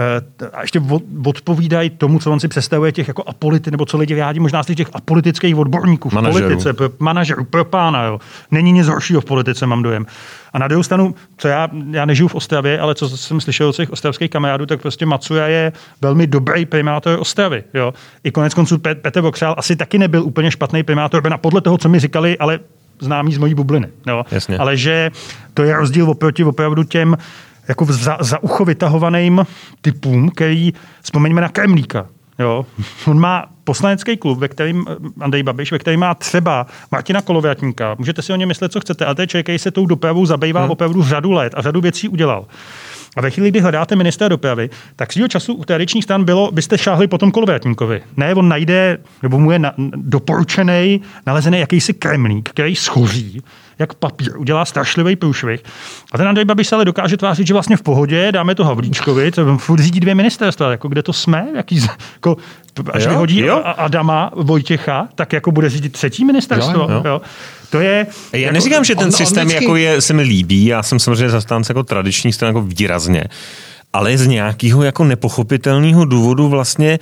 a ještě odpovídají tomu, co on si představuje těch jako apolity, nebo co lidi rádi možná z těch apolitických odborníků v manažerů. politice, pro, manažerů, pro pána, jo. Není nic horšího v politice, mám dojem. A na druhou stranu, co já, já nežiju v Ostravě, ale co jsem slyšel od svých ostravských kamarádů, tak prostě Macura je velmi dobrý primátor Ostravy, jo. I konec konců Petr Vokřál asi taky nebyl úplně špatný primátor, podle toho, co mi říkali, ale známý z mojí bubliny, jo. Ale že to je rozdíl oproti opravdu těm jako za, za ucho vytahovaným typům, který, vzpomeňme na Kremlíka, jo. On má poslanecký klub, ve kterým Andrej Babiš, ve kterém má třeba Martina Kolovratníka. Můžete si o něm myslet, co chcete, ale to je člověk, který se tou dopravou zabývá hmm. opravdu řadu let a řadu věcí udělal. A ve chvíli, kdy hledáte ministra dopravy, tak svýho času u tradičních stran bylo, byste šáhli potom Kolovratníkovi. Ne, on najde, nebo mu je na, doporučený, nalezený jakýsi Kremlík, který schoří, jak papír, udělá strašlivý průšvih. A ten Andrej Babiš se ale dokáže tvářit, že vlastně v pohodě, dáme to Havlíčkovi, to furt řídí dvě ministerstva, jako kde to jsme, jaký, jako, až jo, vyhodí jo. Adama Vojtěcha, tak jako bude řídit třetí ministerstvo. Jo, jo. Jo. To je, já jako, neříkám, že ten on, systém on vždycky... jako je, se mi líbí, já jsem samozřejmě zastánce jako tradičních stran jako výrazně, ale z nějakého jako nepochopitelného důvodu vlastně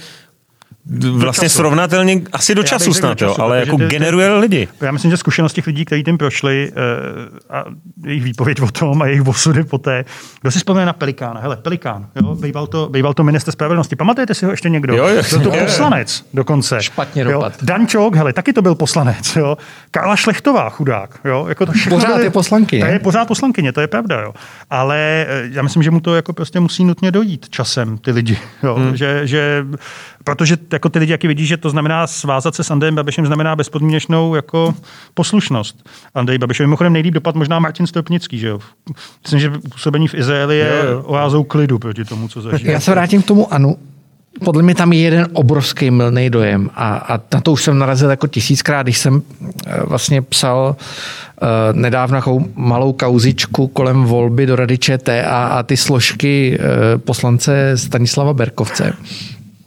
vlastně srovnatelně asi do času snad, jo, ale jako ty, generuje lidi. Já myslím, že zkušenost těch lidí, kteří tím prošli a jejich výpověď o tom a jejich osudy poté. Kdo si vzpomíná na Pelikána? Hele, Pelikán, jo, býval to, býval to ministr spravedlnosti. Pamatujete si ho ještě někdo? Jo, jo, byl to jo, poslanec dokonce. Špatně dopad. Dan Čok, hele, taky to byl poslanec, jo. Karla Šlechtová, chudák, jo. Jako to pořád byly, je poslankyně. To je pořád poslankyně, to je pravda, jo. Ale já myslím, že mu to jako prostě musí nutně dojít časem ty lidi, jo. Hmm. Že, že protože jako ty lidi, jak vidí, že to znamená svázat se s Andrejem Babišem, znamená bezpodmínečnou jako poslušnost. Andrej Babiš, mimochodem nejlíp dopad možná Martin Stropnický, že jo. Myslím, že působení v Izraeli je oázou klidu proti tomu, co zažívá. Já se vrátím k tomu Anu. Podle mě tam je jeden obrovský mylný dojem a, a na to už jsem narazil jako tisíckrát, když jsem vlastně psal uh, nedávno malou kauzičku kolem volby do Rady ČT a, a ty složky uh, poslance Stanislava Berkovce.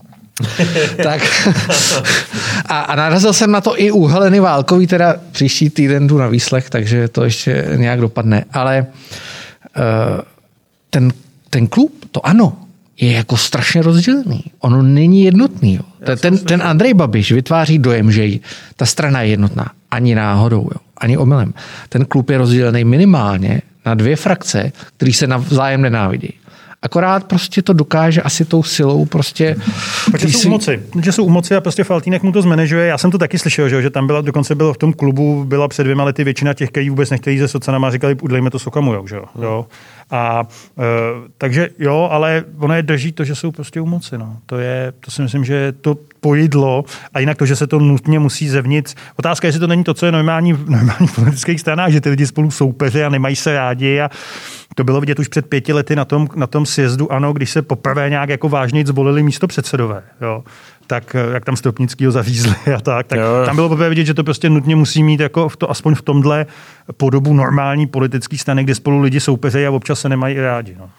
tak a, a narazil jsem na to i u Heleny Válkový, teda příští týden jdu na výslech, takže to ještě nějak dopadne. Ale uh, ten, ten klub, to ano, je jako strašně rozdělený. Ono není jednotný. Jo. Ten, ten Andrej Babiš vytváří dojem, že ta strana je jednotná. Ani náhodou, jo. Ani omylem. Ten klub je rozdělený minimálně na dvě frakce, které se navzájem nenávidí. Akorát prostě to dokáže asi tou silou prostě... Protože jsou u moci. Protože jsou u moci a prostě Faltýnek mu to zmanéžuje. Já jsem to taky slyšel, že, že tam byla, dokonce bylo v tom klubu, byla před dvěma lety většina těch, kteří vůbec nechtějí ze socanama a říkali, udlejme to s Okamurou, že jo. A e, takže jo, ale ono je drží to, že jsou prostě u moci, no. To je, to si myslím, že je to pojídlo a jinak to, že se to nutně musí zevnitř. Otázka je, jestli to není to, co je normální v normálních politických stranách, že ty lidi spolu soupeří a nemají se rádi a to bylo vidět už před pěti lety na tom, na tom sjezdu, ano, když se poprvé nějak jako vážněji zvolili místopředsedové, jo. Tak jak tam Stropnickýho zařízli a tak, tak jo. Tam bylo poprvé vidět, že to prostě nutně musí mít jako v to, aspoň v tomhle podobu normální politický strany, kde spolu lidi soupeří a občas se nemají rádi. No.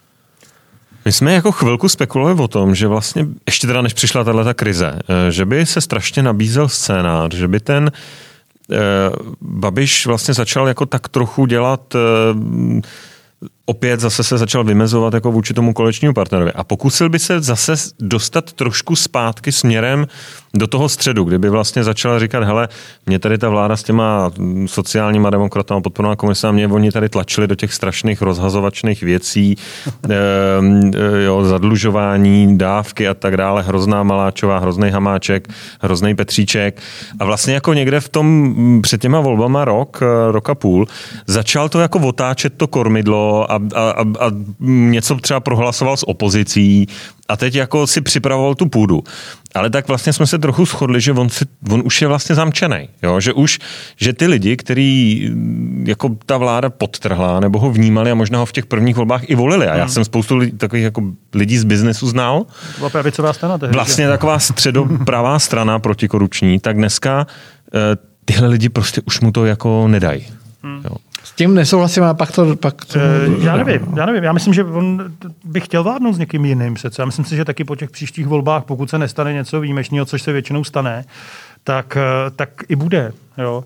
My jsme jako chvilku spekulovali o tom, že vlastně ještě teda než přišla tato krize, že by se strašně nabízel scénář, že by ten eh, Babiš vlastně začal jako tak trochu dělat eh, opět zase se začal vymezovat jako vůči tomu koaličnímu partnerovi. A pokusil by se zase dostat trošku zpátky směrem do toho středu, kdyby vlastně začal říkat, hele, mě tady ta vláda s těma sociálníma demokratama, podpornými komunistama, mě oni tady tlačili do těch strašných rozhazovačných věcí, e, e, jo, zadlužování, dávky a tak dále, hrozná Maláčová, hrozný Hamáček, hrozný Petříček. A vlastně jako někde v tom před těma volbama rok, rok a půl, začal to jako otáčet to kormidlo a A, a, a něco třeba prohlasoval s opozicí a teď jako si připravoval tu půdu. Ale tak vlastně jsme se trochu shodli, že on, si, on už je vlastně zamčenej. Jo? Že už, že ty lidi, který jako ta vláda podtrhla nebo ho vnímali a možná ho v těch prvních volbách i volili. A já hmm. jsem spoustu lidí, takových jako lidí z biznesu znal. To byla pravicová strana. Tehdy. Vlastně taková středopravá strana protikorupční, tak dneska tyhle lidi prostě už mu to jako nedají. Hmm. Jo. S tím nesouhlasím, ale pak to... Pak to... E, já nevím, já nevím. Já myslím, že on by chtěl vládnout s někým jiným přece. Já myslím si, že taky po těch příštích volbách, pokud se nestane něco výjimečného, což se většinou stane, tak, tak i bude. Jo.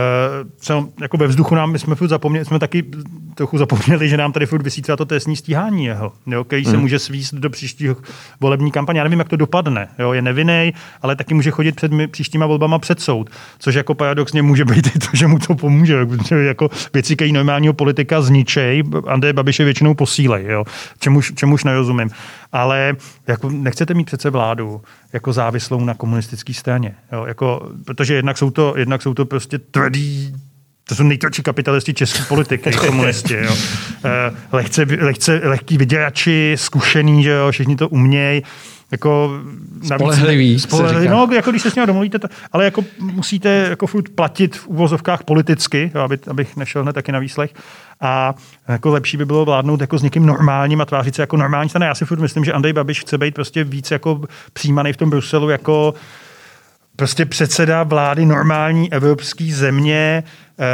E, jako ve vzduchu nám, my jsme furt zapomněli, jsme taky trochu zapomněli, že nám tady furt vysí třeba to trestní stíhání jeho, jo, který hmm. se může svíst do příštího volební kampaně. Já nevím, jak to dopadne. Jo. Je nevinnej, ale taky může chodit před my, příštíma volbama před soud, což jako paradoxně může být i to, že mu to pomůže. Jako věci, který normálního politika zničej, Andreje Babiše většinou posílej, jo. Čemuž, čemuž nerozumím. Ale jako nechcete mít přece vládu jako závislou na komunistické straně. Jo. Jako, protože jednak jsou to, jednak jsou to prostě tvrdý, to jsou nejtvrdší kapitalisti české politiky, komunisti. Jo. Lehce, lehce, lehký vyděrači, zkušený, že jo, všichni to umějí. Jako spolehlivý, spolehlivý no, jako když se s ním domluvíte, to, ale jako musíte jako furt platit v uvozovkách politicky, jo, aby, abych nešel hned taky na výslech. A jako lepší by bylo vládnout jako s někým normálním a tvářit se jako normální strana. Já si furt myslím, že Andrej Babiš chce být prostě víc jako přijímaný v tom Bruselu jako prostě předseda vlády normální evropské země,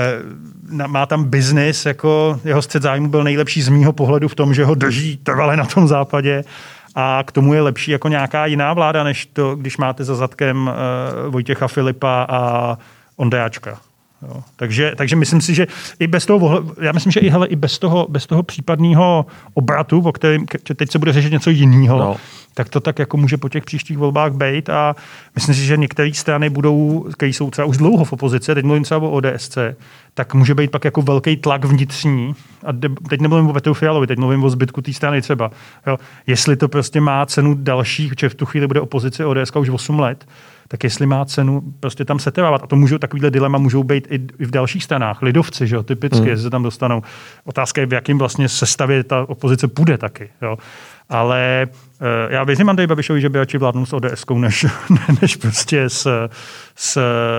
eh, má tam biznis, jako jeho střet zájmu byl nejlepší z mýho pohledu v tom, že ho drží trvale na tom západě. A k tomu je lepší jako nějaká jiná vláda, než to, když máte za zadkem uh, Vojtěcha Filipa a Ondráčka. Jo. Takže, takže myslím si, že i bez toho, já myslím, že i, hele, i bez toho, bez toho případného obratu, o kterém teď se bude řešit něco jiného, no. tak to tak jako může po těch příštích volbách být a myslím si, že některé strany budou, které jsou třeba už dlouho v opozici, teď mluvím třeba o O D S C, tak může být pak jako velký tlak vnitřní. A teď nemluvím o Petru Fialovi, teď mluvím o zbytku té strany třeba. Jo. Jestli to prostě má cenu dalších, že v tu chvíli bude opozice O D S K už osm let, tak jestli má cenu prostě tam setrvávat. A to můžou, takovýhle dilema můžou být i, i v dalších stranách. Lidovci, že jo, typicky, mm. jestli se tam dostanou. Otázka je, v jakým vlastně sestavě ta opozice půjde taky. Jo. Ale uh, já věřím Andreji Babišovi, že by radši vládnul s O D S kou, než, než prostě s, s,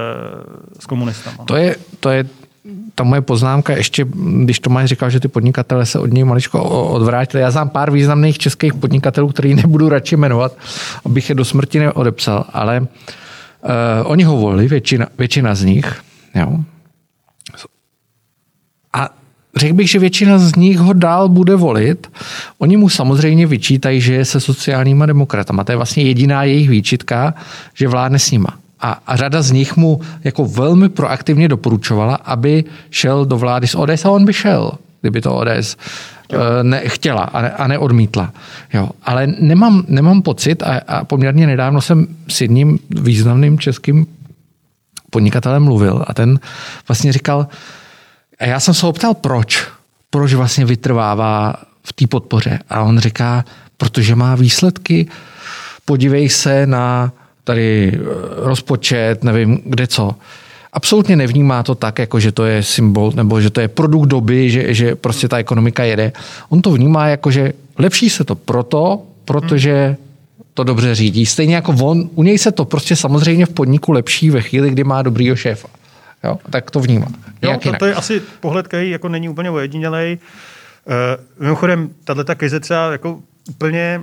s komunistama. To je, to je ta moje poznámka, ještě když Tomáš říkal, že ty podnikatelé se od něj maličko odvrátili. Já znám pár významných českých podnikatelů, který nebudu radši jmenovat, abych je do smrti neodepsal, ale uh, oni ho volili, většina, většina z nich. Jo. A řekl bych, že většina z nich ho dál bude volit. Oni mu samozřejmě vyčítají, že je se sociálníma demokratama. To je vlastně jediná jejich výčitka, že vládne s nima. A, a řada z nich mu jako velmi proaktivně doporučovala, aby šel do vlády s O D S a on by šel, kdyby to O D S ne, chtěla a, ne, a neodmítla. Jo. Ale nemám, nemám pocit a, a poměrně nedávno jsem s jedním významným českým podnikatelem mluvil a ten vlastně říkal, a já jsem se ho ptal, proč? Proč vlastně vytrvává v té podpoře? A on říká, protože má výsledky, podívej se na tady rozpočet, nevím kde co. Absolutně nevnímá to tak, jako že to je symbol, nebo že to je produkt doby, že, že prostě ta ekonomika jede. On to vnímá jako, že lepší se to proto, protože to dobře řídí. Stejně jako on, u něj se to prostě samozřejmě v podniku lepší ve chvíli, kdy má dobrýho šéfa. Jo? Tak to vnímá. Jo, to, to je asi pohled, který jako není úplně ojedinělej. Uh, mimochodem, tato krize třeba jako úplně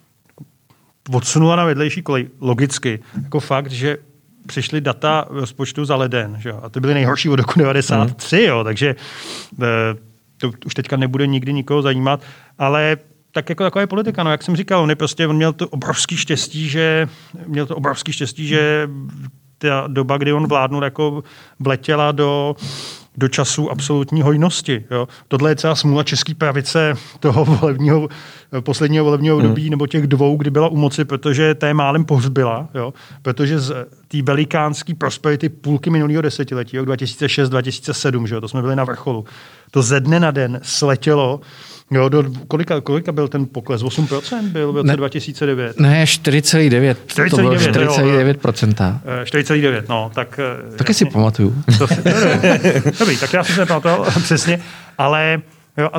odsunula na vedlejší kolej logicky. Jako fakt, že přišly data rozpočtu za leden. Že? A to byly nejhorší od roku devadesát tři, jo? Takže uh, to už teďka nebude nikdy nikoho zajímat. Ale tak jako taková je politika. No, jak jsem říkal, on, je prostě, on měl to obrovský štěstí, že měl to obrovský štěstí, že ta doba, kdy on vládnul, jako vletěla do, do času absolutní hojnosti. Jo. Tohle je třeba smůla české pravice toho volebního, posledního volebního období, hmm. nebo těch dvou, kdy byla u moci, protože té málem pohřbila, jo. Protože z té velikánské prosperity půlky minulého desetiletí, jo, dva tisíce šest dva tisíce sedm, že jo, to jsme byli na vrcholu, to ze dne na den sletělo. Jo, do, kolika, kolika byl ten pokles? osm procent byl v roce dva tisíce devět? Ne, čtyři celá devět. čtyři celá devět, čtyři celá devět procent. čtyři celá devět, no. Tak, taky si pamatuju. To si, dobrý, tak já jsem se nepamatoval přesně, ale jo, a,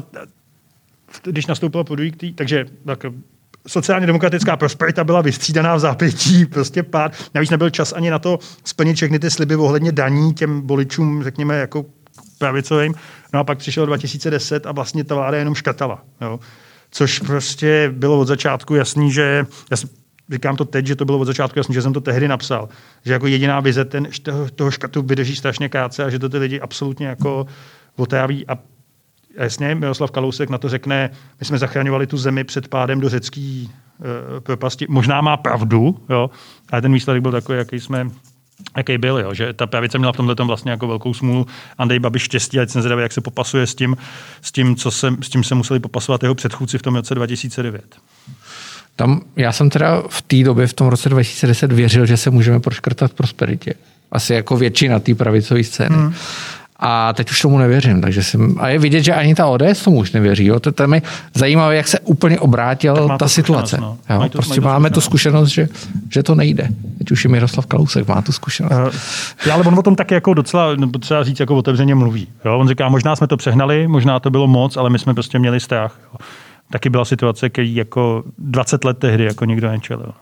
když nastoupila podruhý, takže tak, sociálně demokratická prosperita byla vystřídaná v zápětí, prostě pád. Navíc nebyl čas ani na to splnit všechny ty sliby ohledně daní těm voličům, řekněme, jako pravicovým. No a pak přišel dva tisíce deset a vlastně ta vláda jenom škrtala. Jo. Což prostě bylo od začátku jasný, že, já říkám to teď, že to bylo od začátku jasný, že jsem to tehdy napsal, že jako jediná vize ten, toho, toho škrtu vydrží strašně krátce a že to ty lidi absolutně jako otráví. A jasně, Miroslav Kalousek na to řekne, my jsme zachraňovali tu zemi před pádem do řecký uh, propasti. Možná má pravdu, jo, ale ten výsledek byl takový, jaký jsme jaký byl, jo, že ta pravice měla v tomhle tom vlastně jako velkou smůlu. Andrej Babiš štěstí, ať jsem zvědavý, jak se popasuje s tím, s tím, co se, s tím se museli popasovat jeho předchůdci v tom roce dva tisíce devět. Tam, já jsem teda v té době, v tom roce dva tisíce deset věřil, že se můžeme proškrtat v prosperitě. Asi jako většina té pravicové scény. Hmm. A teď už tomu nevěřím. Takže jsem, a je vidět, že ani ta O D S tomu už nevěří. Jo. To, to je mi zajímavé, jak se úplně obrátila ta situace. No. Jo, to, prostě máme tu zkušenost, že, že to nejde. Teď už je Miroslav Kalousek, má tu zkušenost. Uh, ale on o tom taky jako docela, třeba říct, jako otevřeně mluví. Jo. On říká, možná jsme to přehnali, možná to bylo moc, ale my jsme prostě měli strach. Jo. Taky byla situace, který jako dvacet let tehdy jako nikdo nečelil.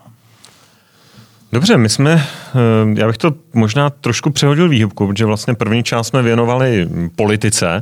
Dobře, my jsme, já bych to možná trošku přehodil výhybku, protože vlastně první část jsme věnovali politice.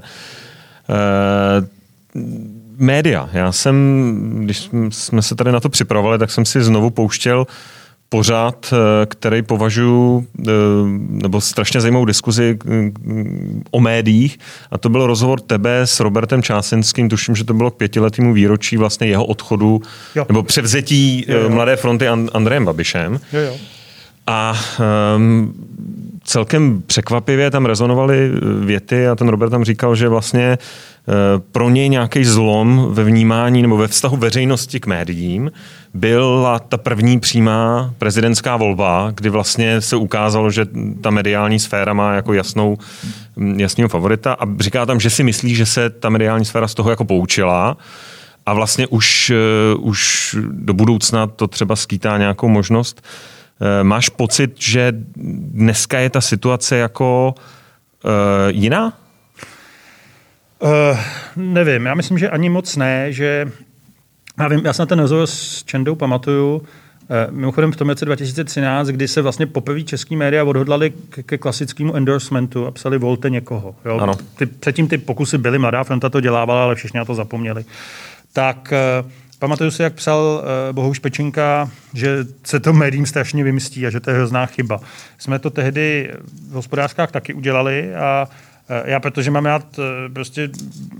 Média. Já jsem, když jsme se tady na to připravovali, tak jsem si znovu pouštěl pořad, který považuji, nebo strašně zajímavou diskuzi o médiích, a to byl rozhovor tebe s Robertem Čásenským, tuším, že to bylo k pětiletému výročí vlastně jeho odchodu, jo. nebo převzetí jo, jo. Mladé fronty Andrejem Babišem. Jo, jo. A um, celkem překvapivě tam rezonovaly věty a ten Robert tam říkal, že vlastně uh, pro něj nějaký zlom ve vnímání nebo ve vztahu veřejnosti k médiím byla ta první přímá prezidentská volba, kdy vlastně se ukázalo, že ta mediální sféra má jako jasnou, jasného favorita, a říká tam, že si myslí, že se ta mediální sféra z toho jako poučila a vlastně už, uh, už do budoucna to třeba skýtá nějakou možnost. Máš pocit, že dneska je ta situace jako uh, jiná? Uh, nevím, já myslím, že ani moc ne, že já vím, já se na ten rozhovor s Čendou pamatuju, uh, mimochodem v tom roce dva tisíce třináct, kdy se vlastně poprvé český média odhodlali k, ke klasickému endorsementu a psali volte někoho. Jo? Ano. Ty, předtím ty pokusy byly, Mladá fronta to dělávala, ale všichni na to zapomněli. Tak uh, pamatuju si, jak psal uh, Bohuš Pečinka, že se to médiím strašně vymstí a že to je hrozná chyba. Jsme to tehdy v Hospodářkách taky udělali a Já, protože mám rád prostě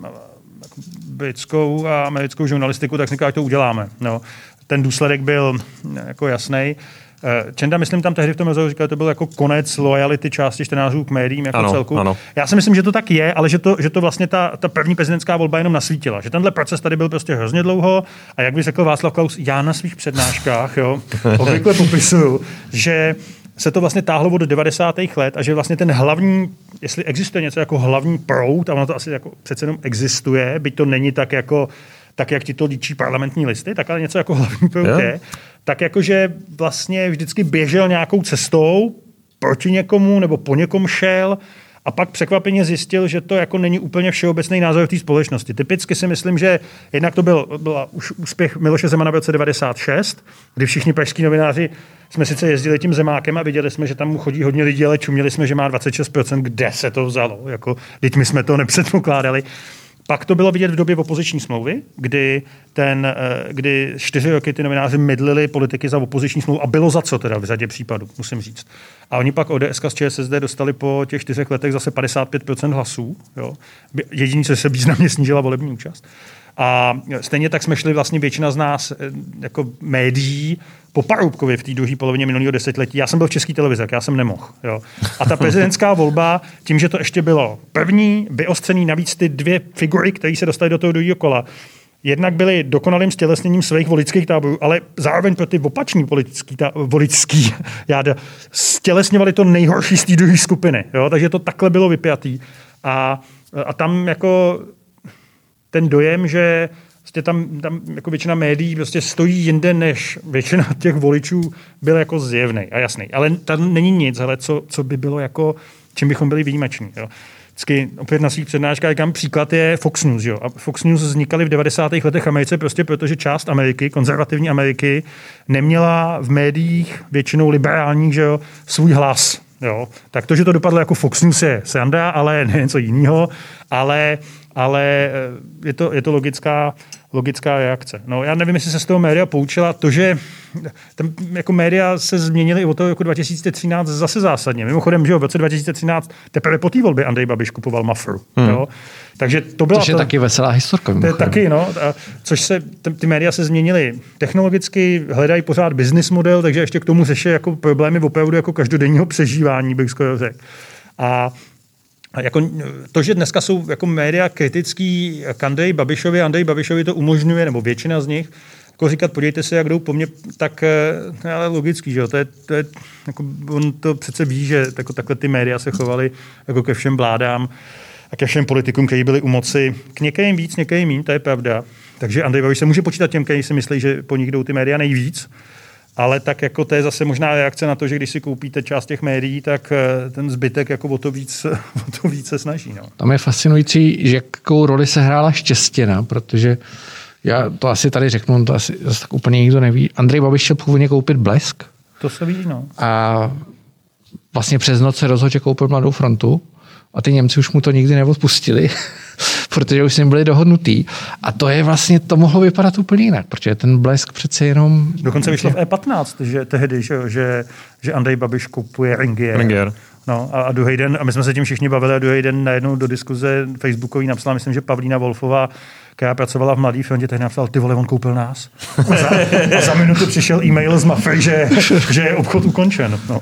britskou a americkou žurnalistiku, tak si říkám, jak to uděláme. No, ten důsledek byl jako jasný. Čenda, myslím, tam tehdy v tom rozhovoru říkal, že to byl jako konec lojality části čtenářů k médiím jako ano, celku. Ano. Já si myslím, že to tak je, ale že to, že to vlastně ta, ta první prezidentská volba jenom nasvítila. Že tenhle proces tady byl prostě hrozně dlouho a jak by řekl Václav Klaus, já na svých přednáškách, jo, obvykle popisuju, že se to vlastně táhlo od devadesátých let a že vlastně ten hlavní, jestli existuje něco jako hlavní proud, a ono to asi jako přece jenom existuje, byť to není tak jako tak, jak ti to líčí parlamentní listy, tak ale něco jako hlavní proud yeah. je, tak jakože vlastně vždycky běžel nějakou cestou proti někomu nebo po někom šel a pak překvapeně zjistil, že to jako není úplně všeobecný názor v té společnosti. Typicky si myslím, že jednak to byl, byl už úspěch Miloše Zemana v roce devadesát šest, kdy všichni pražští novináři jsme sice jezdili tím Zemákem a viděli jsme, že tam mu chodí hodně lidí, ale čuměli jsme, že má dvacet šest procent, kde se to vzalo. Jako, teď my jsme to nepředpokládali. Pak to bylo vidět v době opoziční smlouvy, kdy, ten, kdy čtyři roky ty novináři mydlili politiky za opoziční smlouvu a bylo za co teda v řadě případů, musím říct. A oni pak O D S z ČSSD dostali po těch čtyřech letech zase padesát pět procent hlasů. Jo. Jediný, co se významně snížila volební účast. A stejně tak jsme šli vlastně většina z nás jako médií po Paroubkovi v té druhé polovině minulého desetiletí. Já jsem byl v České televizi, tak já jsem nemohl. Jo. A ta prezidentská volba, tím, že to ještě bylo první, vyostřený navíc ty dvě figury, které se dostaly do toho druhého kola, jednak byly dokonalým stělesněním svých voličských táborů, ale zároveň pro ty opační politický, ta, voličský jáda stělesňovali to nejhorší z té druhé skupiny. Jo. Takže to takhle bylo vypjatý. A, a tam jako ten dojem, že prostě tam, tam jako většina médií prostě stojí jinde než většina těch voličů, byl jako zjevný a jasný. Ale tam není nic, hele, co, co by bylo jako, čím bychom byli výjimeční. Jo. Vždycky opět na svých přednáškách říkám, příklad je Fox News. Jo. A Fox News vznikaly v devadesátých letech Americe prostě protože část Ameriky, konzervativní Ameriky, neměla v médiích většinou liberálních, že jo, svůj hlas. Jo. Tak to, že to dopadlo jako Fox News je sranda, ale ne něco jiného, ale ale je to, je to logická, logická reakce. No, já nevím, jestli se z toho média poučila. To, že tam, jako média se změnily od toho jako dva tisíce třináct zase zásadně. Mimochodem, že v roce dva tisíce třináct teprve po té volbě Andrej Babiš kupoval Mafru. Hmm. Jo? Takže to byla což je to, taky veselá historka. To je taky, no. A což se, ty média se změnily technologicky, hledají pořád business model, takže ještě k tomu řeší jako problémy opravdu jako každodenního přežívání, bych skoro řekl. A A jako to, že dneska jsou jako média kritický k Andreji Babišovi, Andrej Babišovi to umožňuje, nebo většina z nich, jako říkat, podívejte se, jak jdou po mně, tak ale logický, že jo, to je, to je, jako on to přece ví, že jako takhle ty média se chovaly jako ke všem vládám a ke všem politikům, kteří byli u moci, k některým víc, některým míň, to je pravda. Takže Andrej Babiš se může počítat těm, kteří si myslí, že po nich jdou ty média nejvíc. Ale tak jako to je zase možná reakce na to, že když si koupíte část těch médií, tak ten zbytek jako o to víc, o to víc se snaží. No. Tam je fascinující, že jakou roli se hrála Štěstěna, protože já to asi tady řeknu, to asi zase tak úplně nikdo neví. Andrej Babiš šel původně koupit Blesk. To se ví, no. A vlastně přes noc se rozhodl, že koupil Mladou frontu a ty Němci už mu to nikdy neodpustili, protože už s ním byli dohodnutý. A to je vlastně, to mohlo vypadat úplně jinak, protože ten Blesk přece jenom... Dokonce vyšlo v E patnáct, že tehdy, že, že, že Andrej Babiš kupuje Ringier. Ringier. No a, a druhý den, a my jsme se tím všichni bavili, a druhý den najednou do diskuze Facebookový napsala, myslím, že Pavlína Wolfová, která pracovala v Mladé frontě, tehdy napsal, ty vole, on koupil nás. A za, a za minutu přišel e-mail z Mafry, že, že je obchod ukončen. No.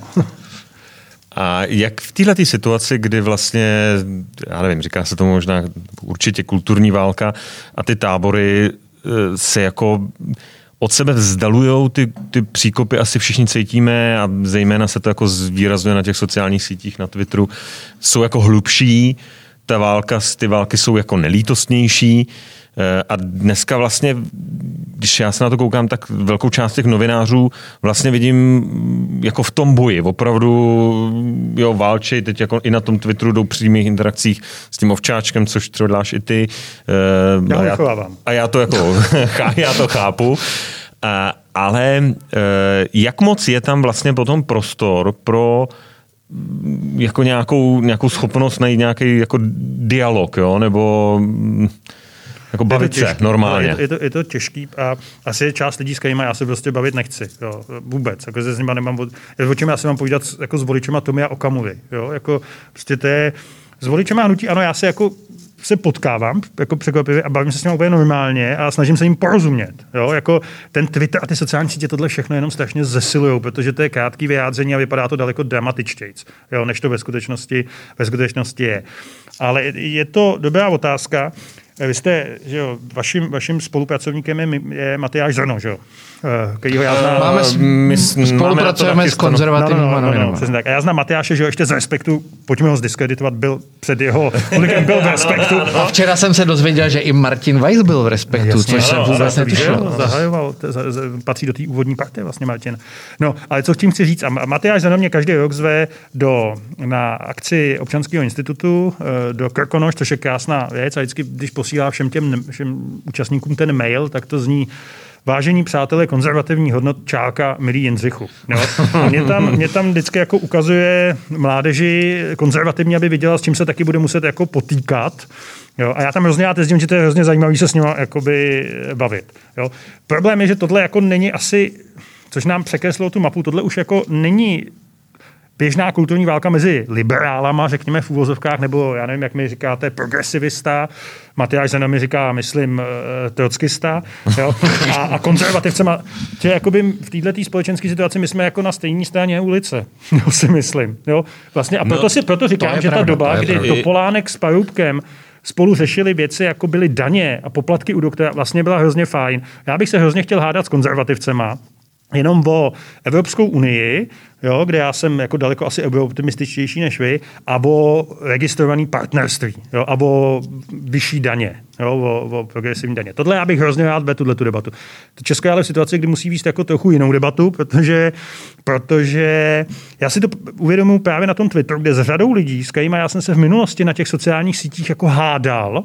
A jak v této situaci, kdy vlastně, já nevím, říká se tomu možná určitě kulturní válka a ty tábory se jako od sebe vzdalujou, ty, ty příkopy asi všichni cítíme a zejména se to jako zvýrazňuje na těch sociálních sítích, na Twitteru, jsou jako hlubší, ta válka, ty války jsou jako nelítostnější a dneska vlastně, když já se na to koukám, tak velkou část těch novinářů vlastně vidím jako v tom boji. Opravdu jo, válčej, teď jako i na tom Twitteru jdou přímých interakcích s tím Ovčáčkem, což třeba děláš i ty. Já a, já, a já to jako já to chápu. A, ale jak moc je tam vlastně potom prostor pro jako nějakou, nějakou schopnost najít nějaký jako dialog, jo, nebo jako bavit se těžký, normálně. Je to, je, to, je to těžký a asi je část lidí, s kterými já se prostě bavit nechci. Jo, vůbec. Jako se s nima nemám, o čem já si mám povídat jako s voličema Tomia Okamury. Jo, jako prostě to je s voličema hnutí ANO já se jako se potkávám, jako překvapivě, a bavím se s ním úplně normálně a snažím se jim porozumět. Jo? Jako ten Twitter a ty sociální sítě tohle všechno jenom strašně zesilujou, protože to je krátký vyjádření a vypadá to daleko dramatičtějc, jo? Než to ve skutečnosti, ve skutečnosti je. Ale je to dobrá otázka. Vy jste, že jo, vaším, vaším spolupracovníkem je, je Matyáš Zrno, že jo? Kterýho já znám. Máme, my spolupracujeme s konzervativními no, no, no, no, no, A já znám Matyáše, že jo, ještě z Respektu, pojďme ho zdiskreditovat, byl před jeho publikem, byl v Respektu. A včera jsem se dozvěděl, že i Martin Weiss byl v Respektu, jasně, což jsem vůbec netušil. Zahajoval, patří do té úvodní partie vlastně Martin. No, ale co tím chci říct, a Matyáš Zrno mě každý rok zve do, na akci Občanského institutu do Krkonoš, což je krásná věc, a vždycky, když posílá všem těm všem účastníkům ten mail, tak to zní: vážení přátelé konzervativní hodnot Čáka, milý Jindřichu. Jo? A mě tam, mě tam vždycky jako ukazuje mládeži konzervativně, aby viděla, s čím se taky bude muset jako potýkat. Jo? A já tam hrozně rád jezdím, že to je hrozně zajímavý se s nimi jakoby bavit. Jo? Problém je, že tohle jako není asi, což nám překreslilo tu mapu, tohle už jako není běžná kulturní válka mezi liberálama, řekněme v úvozovkách, nebo já nevím, jak mi říkáte, progresivista, Matyáš Zrno mi říká, myslím, trockista, jo? A, a konzervativcema. Že jakoby v této společenské situaci my jsme jako na stejné straně ulice, jo, si myslím. Jo? Vlastně, a proto, no, si, proto říkám, že pravda, ta doba, kdy pravda. Topolánek s Paroubkem spolu řešili věci, jako byly daně a poplatky u doktora, vlastně byla hrozně fajn. Já bych se hrozně chtěl hádat s konzervativcema, jenom o Evropskou unii, jo, kde já jsem jako daleko asi optimističtější než vy, a o registrovaný partnerství, jo, a o vyšší daně, jo, o, o progresivní daně. Tohle já bych hrozně rád vedl tuhle tu debatu. Česko je ale v situaci, kdy musí vést jako trochu jinou debatu, protože, protože já si to uvědomuji právě na tom Twitteru, kde s řadou lidí, s kterými já jsem se v minulosti na těch sociálních sítích jako hádal,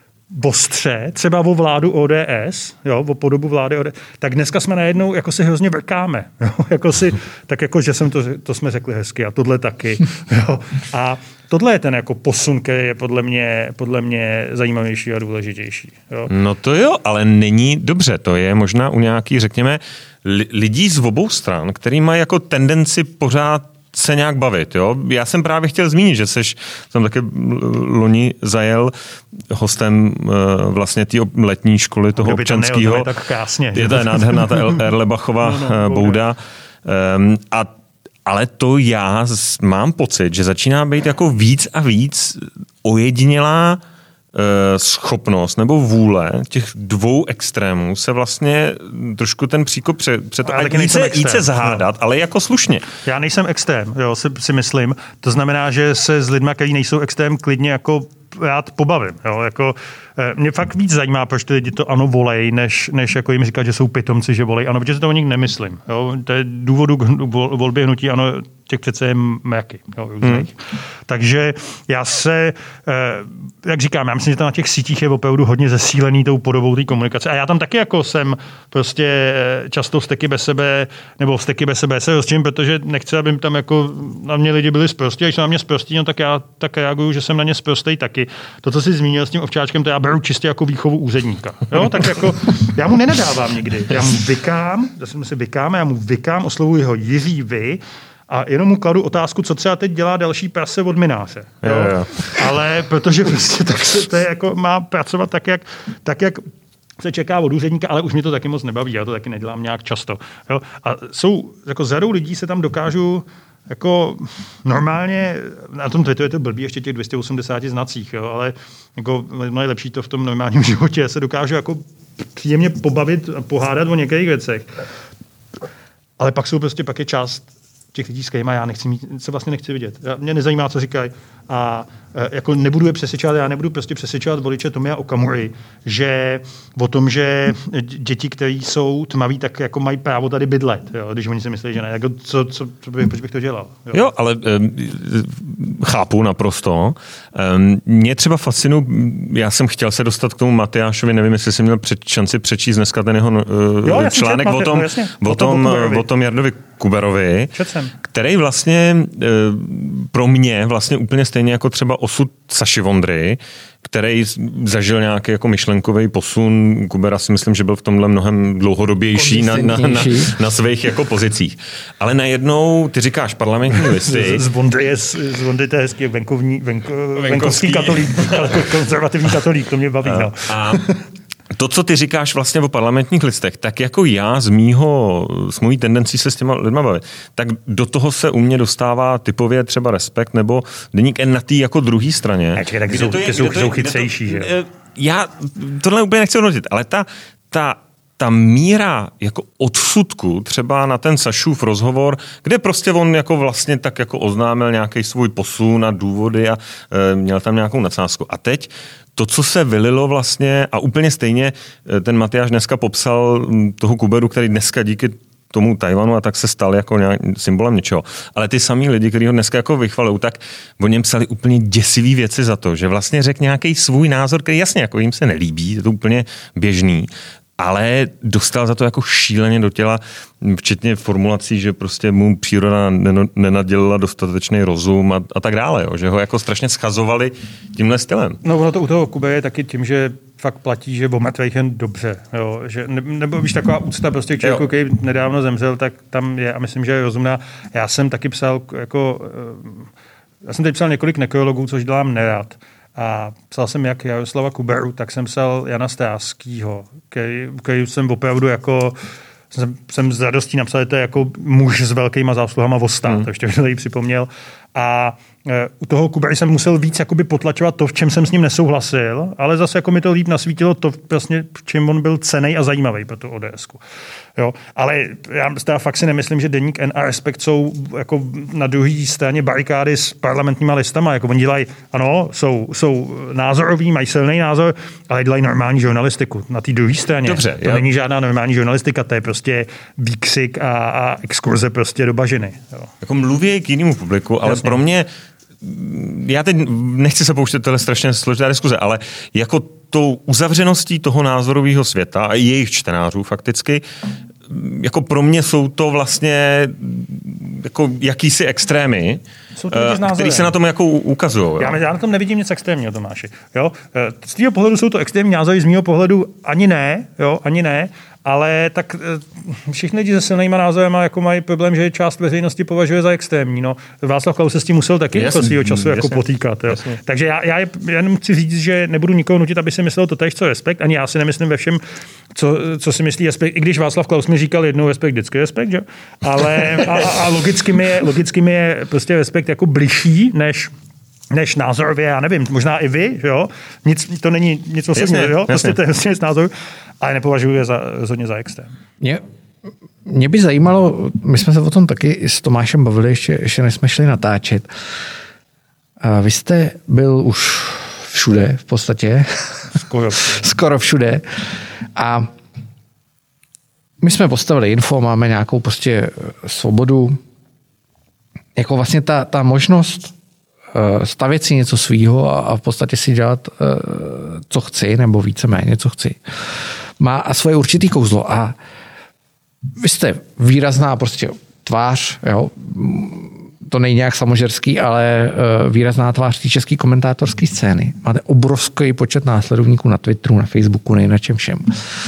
ostře, třeba o vládu O D S, jo, o podobu vlády O D S, tak dneska jsme najednou jako se hrozně vrkáme. Jo, jako si, tak jako, že jsem to, to jsme řekli hezky a tohle taky. Jo. A tohle je ten jako posun, který je podle mě, podle mě zajímavější a důležitější. Jo. No to jo, ale není dobře. To je možná u nějakých, řekněme, lidí z obou stran, který mají jako tendenci pořád se nějak bavit. Jo? Já jsem právě chtěl zmínit, že seš, jsem taky loni zajel hostem uh, vlastně té letní školy toho občanského. Je tak krásně. Je to nádherná ta Erlebachova no, no, bouda. Um, a, ale to já mám pocit, že začíná být jako víc a víc ojedinělá schopnost nebo vůle těch dvou extrémů se vlastně trošku ten příkop před, před ale jít se, jít se zhádat, no. Ale jako slušně. Já nejsem extrém, jo, si, si myslím. To znamená, že se s lidmi, kteří nejsou extrém, klidně jako rád pobavím. Jo, jako, mě fakt víc zajímá, proč ty lidi to ANO volej, než, než jako jim říkat, že jsou pitomci, že volej ANO, protože si to o nich nemyslím. Jo. To je důvodu volby hnutí ANO, těch přece je mraky. Jo, hmm. Takže já se, jak říkám, já myslím, že to na těch sítích je opravdu hodně zesílený tou podobou té komunikace. A já tam taky jako jsem prostě často vzteky bez sebe, nebo vzteky bez sebe se rozčím, protože nechci, aby tam jako na mě lidi byli sprostí, a když jsou na mě sprostí, no tak já tak reaguju, že jsem na ně sprostej taky. To, co jsi zmínil s tím Ovčáčkem, to já beru čistě jako výchovu úředníka. Jo? Tak jako, já mu nenadávám nikdy. Já mu vykám, zase si vykáme, já mu vykám, oslovuji ho Jiří vy, a jenom mu kladu otázku, co třeba teď dělá další prase od mináře. Jo? Jo, jo. Ale protože prostě tak se to je jako, má pracovat tak, jak, tak, jak se čeká od úředníka, ale už mě to taky moc nebaví, já to taky nedělám nějak často. Jo? A jsou, jako řadou lidí se tam dokážu jako normálně, na tom Twitteru je to blbý, ještě těch dvě stě osmdesát znacích, jo, ale jako nejlepší to v tom normálním životě, se dokážu jako příjemně pobavit a pohádat o některých věcech. Ale pak jsou prostě, pak je část těch lidí, s kterýma já nechci mít, se vlastně nechci vidět. Já, mě nezajímá, co říkají. A e, jako nebudu je přesvědčovat, já nebudu prostě přesvědčovat voliče Tomia Okamury, že o tom, že děti, které jsou tmaví, tak jako mají právo tady bydlet, jo, když oni si myslí, že ne. Jako co, co, co by, proč bych to dělal? Jo, jo ale e, chápu naprosto. E, mě třeba fascinuje, já jsem chtěl se dostat k tomu Matyášovi, nevím, jestli jsem měl před, šanci přečíst dneska ten jeho e, jo, článek o tom, jasně, o tom, o tom Jardovi Kuberovi, který vlastně e, pro mě vlastně úplně stejně jako třeba osud Saši Vondry, který zažil nějaký jako myšlenkový posun. Kubera si myslím, že byl v tomhle mnohem dlouhodobější na, na, na, na svých jako pozicích. Ale najednou, ty říkáš parlamentní listy. Z Vondry je, z Vondry to je hezký venkovní, venko, venkovský katolík, konzervativní katolík, to mě baví. A, no. a to, co ty říkáš vlastně o parlamentních listech, tak jako já z mýho, s mojí tendencí se s těma lidma bavit, tak do toho se u mě dostává typově třeba Respekt nebo Deník N na té jako druhé straně. Čekaj, tak jsou, je, jsou, jsou chytřejší, že jo? Já tohle úplně nechci hodnotit, ale ta, ta ta míra jako odsudku třeba na ten Sašův rozhovor, kde prostě on jako vlastně tak jako oznámil nějaký svůj posun a důvody a e, měl tam nějakou nadsázku. A teď to, co se vylilo vlastně a úplně stejně ten Matyáš dneska popsal toho Kuberu, který dneska díky tomu Tajvanu a tak se stal jako nějak symbolem něčeho. Ale ty samý lidi, kteří ho dneska jako vychvalují, tak o něm psali úplně děsivý věci za to, že vlastně řekl nějaký svůj názor, který jasně jako jim se nelíbí, je to úplně běžný, ale dostal za to jako šíleně do těla, včetně formulací, že prostě mu příroda nenadělila dostatečný rozum a, a tak dále, jo? Že ho jako strašně schazovali tímhle stylem. No ono to u toho Kuby je taky tím, že fakt platí, že o mrtvých jen dobře, jo? Že ne, nebo víš, taková úcta prostě k člověku, který nedávno zemřel, tak tam je a myslím, že je rozumná. Já jsem taky psal jako, já jsem teď psal několik nekrologů, což dělám nerad. A psal jsem jak Jaroslava Kuberu, tak jsem psal Jana Stráskýho, který, který jsem opravdu jako, jsem, jsem s radostí napsal, že to je jako muž s velkýma zásluhama o stát, hmm. ještě bych to tady připomněl. A e, u toho Kubery jsem musel víc jakoby potlačovat to, v čem jsem s ním nesouhlasil, ale zase jako mi to líp nasvítilo to, vlastně, v čem on byl cenný a zajímavý pro tu ODSku. Jo, ale já teda fakt si nemyslím, že Deník N a Respekt jsou jako na druhé straně barikády s parlamentníma listama. Jako oni dělají, ano, jsou, jsou názorový, mají silný názor, ale dělají normální žurnalistiku. Na té druhé straně. Dobře, to já... není žádná normální žurnalistika, to je prostě výkřik a, a exkurze prostě do bažiny. Jo. Jako mluví k jinému publiku, ale Jasně. pro mě, já teď nechci se pouštět tohle strašně složitá diskuze, ale jako tou uzavřeností toho názorového světa a jejich čtenářů fakticky, jako pro mě jsou to vlastně jako jakýsi extrémy, který se na tom jako ukazují. Já, já na tom nevidím nic extrémního, Tomáši. Jo? Z tvýho pohledu jsou to extrémní názory, z mýho pohledu ani ne, jo? ani ne, ale tak všichni lidi se silnýma názorama jako mají problém, že část veřejnosti považuje za extrémní. No, Václav Klaus se s tím musel taky jasný, svýho času jasný, jako potýkat. Jo. Takže já, já jenom chci říct, že nebudu nikoho nutit, aby si myslel to též, co Respekt, ani já si nemyslím ve všem, co, co si myslí Respekt, i když Václav Klaus mi říkal jednou Respekt, vždycky Respekt, že? Ale a, a logicky, mi je, logicky mi je prostě Respekt jako bližší, než než názorově, já nevím, možná i vy, jo? Nic, to není nic osobního, jo? Prostě to je vlastně názor, ale nepovažuji je za, rozhodně za extrém. Mě, mě by zajímalo, my jsme se o tom taky s Tomášem bavili, ještě, ještě než jsme šli natáčet. A vy jste byl už všude v podstatě. Skoro. Skoro všude. A my jsme postavili info, máme nějakou prostě svobodu. Jako vlastně ta, ta možnost stavět si něco svýho a v podstatě si dělat, co chci, nebo víceméně, co chci. Má a svoje určitý kouzlo. A vy jste výrazná prostě tvář, jo? To není nějak samožerský, ale výrazná tvář té české komentátorské scény. Máte obrovský počet následovníků na Twitteru, na Facebooku, nej na čem všem.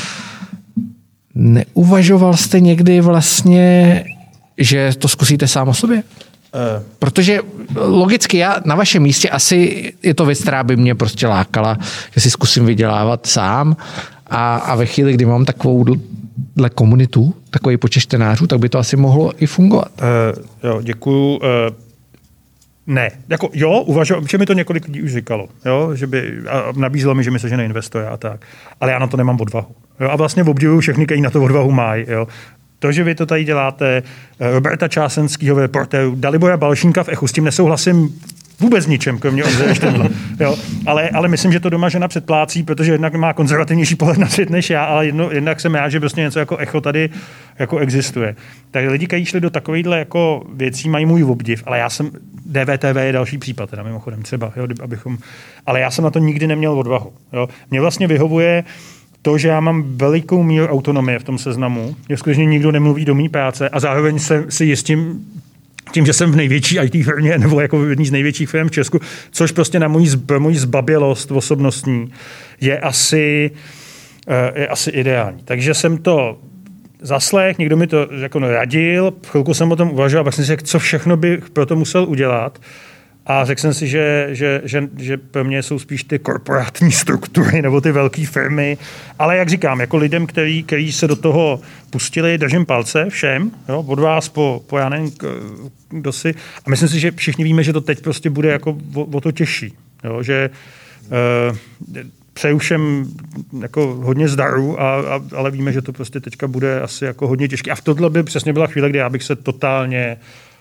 Neuvažoval jste někdy vlastně, že to zkusíte sám o sobě? Protože logicky já na vašem místě asi je to věc, která by mě prostě lákala, že si zkusím vydělávat sám a, a ve chvíli, kdy mám takovou komunitu, takový počet čtenářů, tak by to asi mohlo i fungovat. Uh, jo, děkuju. Uh, ne, jako jo, uvažuji, že mi to několik lidí už říkalo, jo, že by, a nabízelo mi, že mi sežene investor a tak, ale já na to nemám odvahu. Jo, a vlastně obdivuju všechny, kteří na to odvahu mají, jo. To, že vy to tady děláte, Roberta Čásenskýho v Reportéru, Dalibora Balšínka v Echu, s tím nesouhlasím vůbec ničem, kromě Ondřeje jo. Ale, ale myslím, že to doma žena předplácí, protože jednak má konzervativnější pohled na svět než já, ale jedno, jednak jsem rád, že prostě něco jako Echo tady jako existuje. Tak lidi, kteří šli do takovýchhle jako věcí, mají můj obdiv, ale já jsem, D V T V je další případ, teda mimochodem třeba, jo, abychom, ale já jsem na to nikdy neměl odvahu. Jo. Mě vlastně vyhovuje to, že já mám velikou míru autonomie v tom seznamu, že skutečně nikdo nemluví do mý práce a zároveň se, si jistím tím, že jsem v největší í té firmě, nebo jako v jedný z největších firm v Česku, což prostě na moji, moji zbabělost osobnostní je asi, je asi ideální. Takže jsem to zaslech, někdo mi to jako radil, chvilku jsem o tom uvažoval, pak jsem si řekl, co všechno bych pro to musel udělat. A řekl jsem si, že, že, že, že pro mě jsou spíš ty korporátní struktury nebo ty velké firmy. Ale jak říkám, jako lidem, který, který se do toho pustili, držím palce všem, jo, od vás po, po já nevím, kdo si. A myslím si, že všichni víme, že to teď prostě bude jako o, o to těžší. Jo, že uh, přeju všem jako hodně zdaru, a, a, ale víme, že to prostě teďka bude asi jako hodně těžké. A v tohle by přesně byla chvíle, kdy já bych se totálně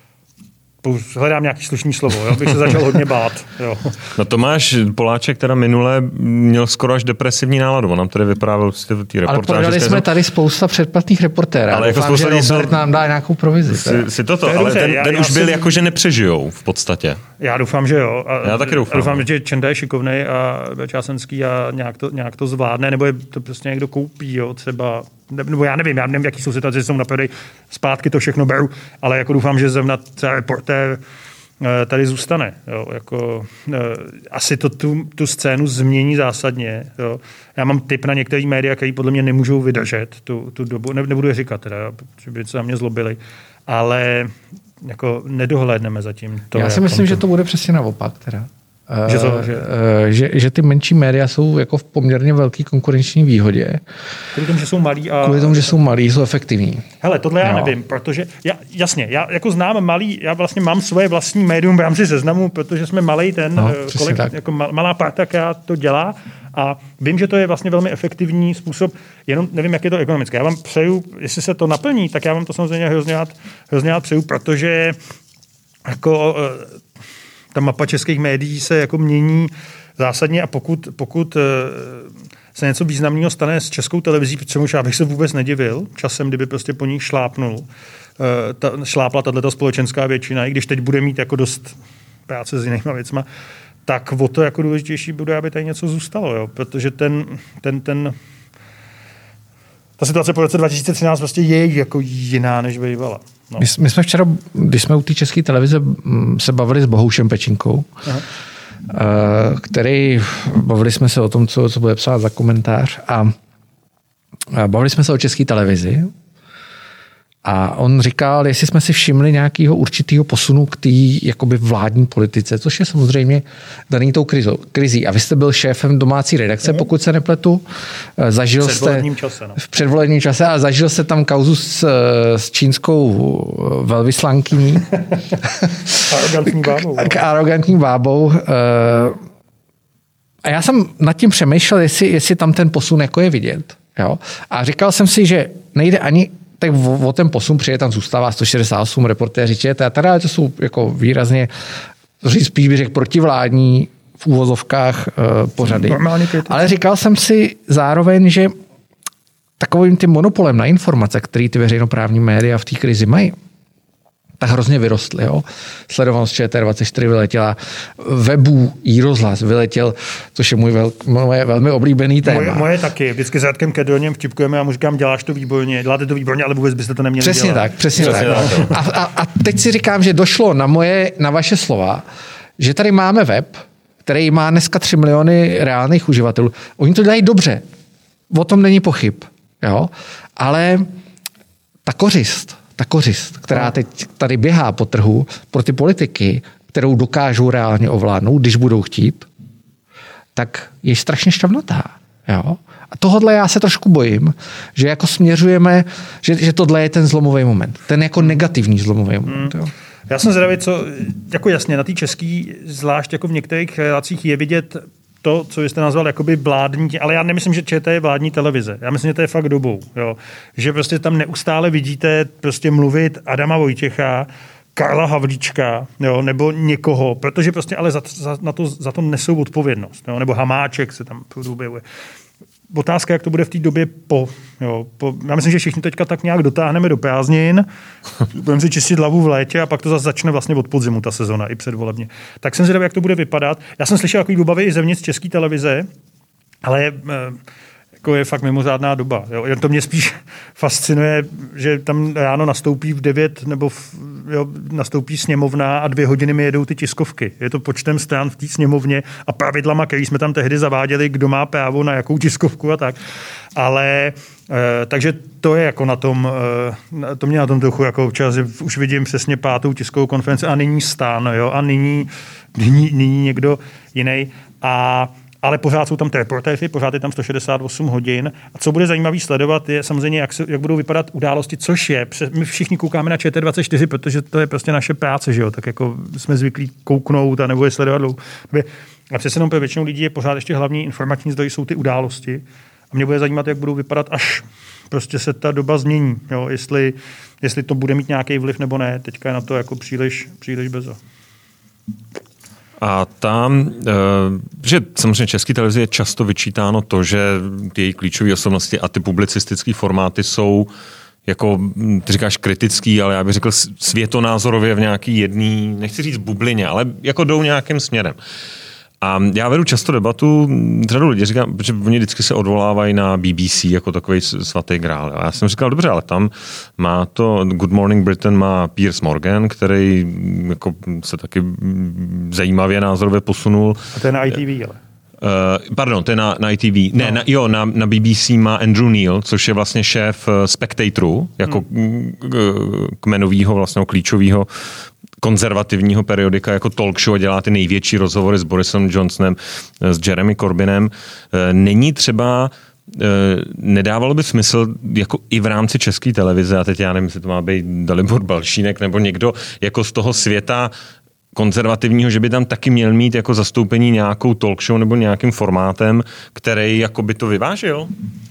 hledám nějaký slušný slovo, jo? Bych se začal hodně bát. Jo. No Tomáš Poláček teda minule měl skoro až depresivní náladu. On nám tady vyprávěl v té reportáži. Ale podali jsme tady spousta předplatných reportérů. Ale jako spousta lidí Robert nám dá nějakou provizi. Si, si toto, to ale dobře, ten, já, ten já už byl jsem... jako, že nepřežijou v podstatě. Já doufám, že jo. A já taky doufám. doufám, že Čenda je šikovnej a Čásenský a nějak to, nějak to zvládne, nebo je to prostě někdo koupí, jo, třeba. Nebo já nevím, já nevím, jaký jsou situace, že jsou napadej, zpátky to všechno beru, ale jako doufám, že zrovna třeba reportér tady zůstane. Jo, jako, asi to tu, tu scénu změní zásadně. Jo. Já mám tip na některé média, které podle mě nemůžou vydržet tu, tu dobu, ne, nebudu je říkat, teda, protože by se na mě zlobili, ale jako nedohlédneme zatím. To, já si myslím, to... že to bude přesně naopak. Teda. Že, to, že... Že, že ty menší média jsou jako v poměrně velké konkurenční výhodě. Kvůli tomu, že jsou malí a... Kvůli tomu, že jsou malí, jsou efektivní. Hele, tohle já jo. nevím, protože já, jasně, já jako znám malý, já vlastně mám svoje vlastní médium v rámci Seznamu, protože jsme malej ten, no, kolik, jako malá parta, která to dělá, a vím, že to je vlastně velmi efektivní způsob, jenom nevím, jak je to ekonomické. Já vám přeju, jestli se to naplní, tak já vám to samozřejmě hrozně rád, hrozně rád přeju, protože jako ta mapa českých médií se jako mění zásadně, a pokud, pokud se něco významného stane s Českou televizí, čemuž já bych se vůbec nedivil, časem, kdyby prostě po ní šlápnul, ta, šlápla tato společenská většina, i když teď bude mít jako dost práce s jinýma věcma, tak o to jako důležitější bude, aby tady něco zůstalo, jo? Protože ten, ten, ten, ta situace po roce dva tisíce třináct prostě je jako jiná, než bývala. No. My, my jsme včera, když jsme u té České televize se bavili s Bohoušem Pečinkou, aha, který, bavili jsme se o tom, co, co bude psát za komentář, a, a bavili jsme se o České televizi. A on říkal, jestli jsme si všimli nějakého určitého posunu k té jakoby vládní politice, což je samozřejmě daný tou krizou, krizí. A vy jste byl šéfem domácí redakce, mm. pokud se nepletu. Zažil jste čase, no. v předvolebním čase a zažil jste tam kauzu s, s čínskou velvyslankyní. Arrogantní bábou. K arrogantní bábou. A já jsem nad tím přemýšlel, jestli, jestli tam ten posun jako je vidět. Jo? A říkal jsem si, že nejde ani tak o, o ten posun, přijde tam zůstává sto šedesát osm reportéři ČT a teda, to jsou jako výrazně, spíš bych řekl, protivládní v úvozovkách uh, pořady. Ale říkal jsem si zároveň, že takovým tím monopolem na informace, který ty veřejnoprávní média v té krizi mají, tak hrozně vyrostly. Jo? Sledovanost Č T dvacet čtyři vyletěla, webů iRozhlas vyletěl, což je můj vel, moje velmi oblíbený téma. Moje, moje taky. Vždycky s Radkem Kedoněm vtipkujeme a mu říkám, děláš to výborně, děláte to výborně, ale vůbec byste to neměli přesně dělat. Tak, přesně, přesně tak. tak. A, a, a teď si říkám, že došlo na moje, na vaše slova, že tady máme web, který má dneska tři miliony reálných uživatelů. Oni to dělají dobře. O tom není pochyb. Jo? Ale ta kořist, ta kořist, která teď tady běhá po trhu pro ty politiky, kterou dokážou reálně ovládnout, když budou chtít, tak je strašně šťavnatá. Jo? A tohodle já se trošku bojím, že jako směřujeme, že, že tohle je ten zlomový moment. Ten jako negativní zlomový moment. Jo? Já jsem zvědavý, co, jako jasně, na té český, zvlášť jako v některých relacích je vidět to, co jste nazval jakoby vládní, ale já nemyslím, že ČT je vládní televize. Já myslím, že to je fakt dobou. Jo. Že prostě tam neustále vidíte prostě mluvit Adama Vojtěcha, Karla Havlíčka, jo, nebo někoho, protože prostě ale za, za, na to, za to nesou odpovědnost. Jo, nebo Hamáček se tam objevuje. Otázka, jak to bude v té době po, jo, po... Já myslím, že všichni teďka tak nějak dotáhneme do prázdnin, budeme si čistit hlavu v létě a pak to zase začne vlastně od podzimu ta sezona i předvolebně. Tak jsem zvědavý, jak to bude vypadat. Já jsem slyšel takový obavy i zevnitř České televize, ale Česko je fakt mimořádná doba. Jo. Jen to mě spíš fascinuje, že tam ráno nastoupí v devět nebo v, jo, nastoupí sněmovna a dvě hodiny mi jedou ty tiskovky. Je to počtem stran v té sněmovně a pravidlama, který jsme tam tehdy zaváděli, kdo má právo na jakou tiskovku a tak. Ale e, takže to je jako na tom, e, to mě na tom trochu jako občas, že už vidím přesně pátou tiskovou konferenci a nyní Stan, jo, a nyní, nyní, nyní někdo jiný. A ale pořád jsou tam ty reportéři, pořád je tam sto šedesát osm hodin. A co bude zajímavý sledovat, je samozřejmě, jak, se, jak budou vypadat události, což je. My všichni koukáme na Č T dvacet čtyři, protože to je prostě naše práce, že jo? Tak jako jsme zvyklí kouknout a nebo je sledovat dlouho. A přesně jenom pro většinu lidí je pořád ještě hlavní informační zdroj jsou ty události. A mě bude zajímat, jak budou vypadat, až prostě se ta doba změní. Jo? Jestli, jestli to bude mít nějaký vliv nebo ne. Teďka je na to jako příliš, příliš bezo. A tam, že samozřejmě České televizi je často vyčítáno to, že ty její klíčové osobnosti a ty publicistické formáty jsou jako, ty říkáš kritický, ale já bych řekl světonázorově v nějaký jedný, nechci říct bublině, ale jako jdou nějakým směrem. A já vedu často debatu, řadu lidí říkám, že oni vždycky se odvolávají na B B C jako takový svatý grál. A já jsem říkal, dobře, ale tam má to, Good Morning Britain má Piers Morgan, který jako se taky zajímavě názorově posunul. A to je na I T V, ale. Uh, pardon, to je na, na I T V. Ne, no. na, jo, na, na B B C má Andrew Neil, což je vlastně šéf Spectatoru, jako hmm. kmenovýho, vlastně klíčovýho konzervativního periodika jako talk show a dělá ty největší rozhovory s Borisem Johnsonem, s Jeremy Corbynem. Není třeba, nedávalo by smysl jako i v rámci České televize, a teď já nevím, jestli to má být Dalibor Balšínek nebo někdo jako z toho světa konzervativního, že by tam taky měl mít jako zastoupení nějakou talk show nebo nějakým formátem, který jako by to vyvážil?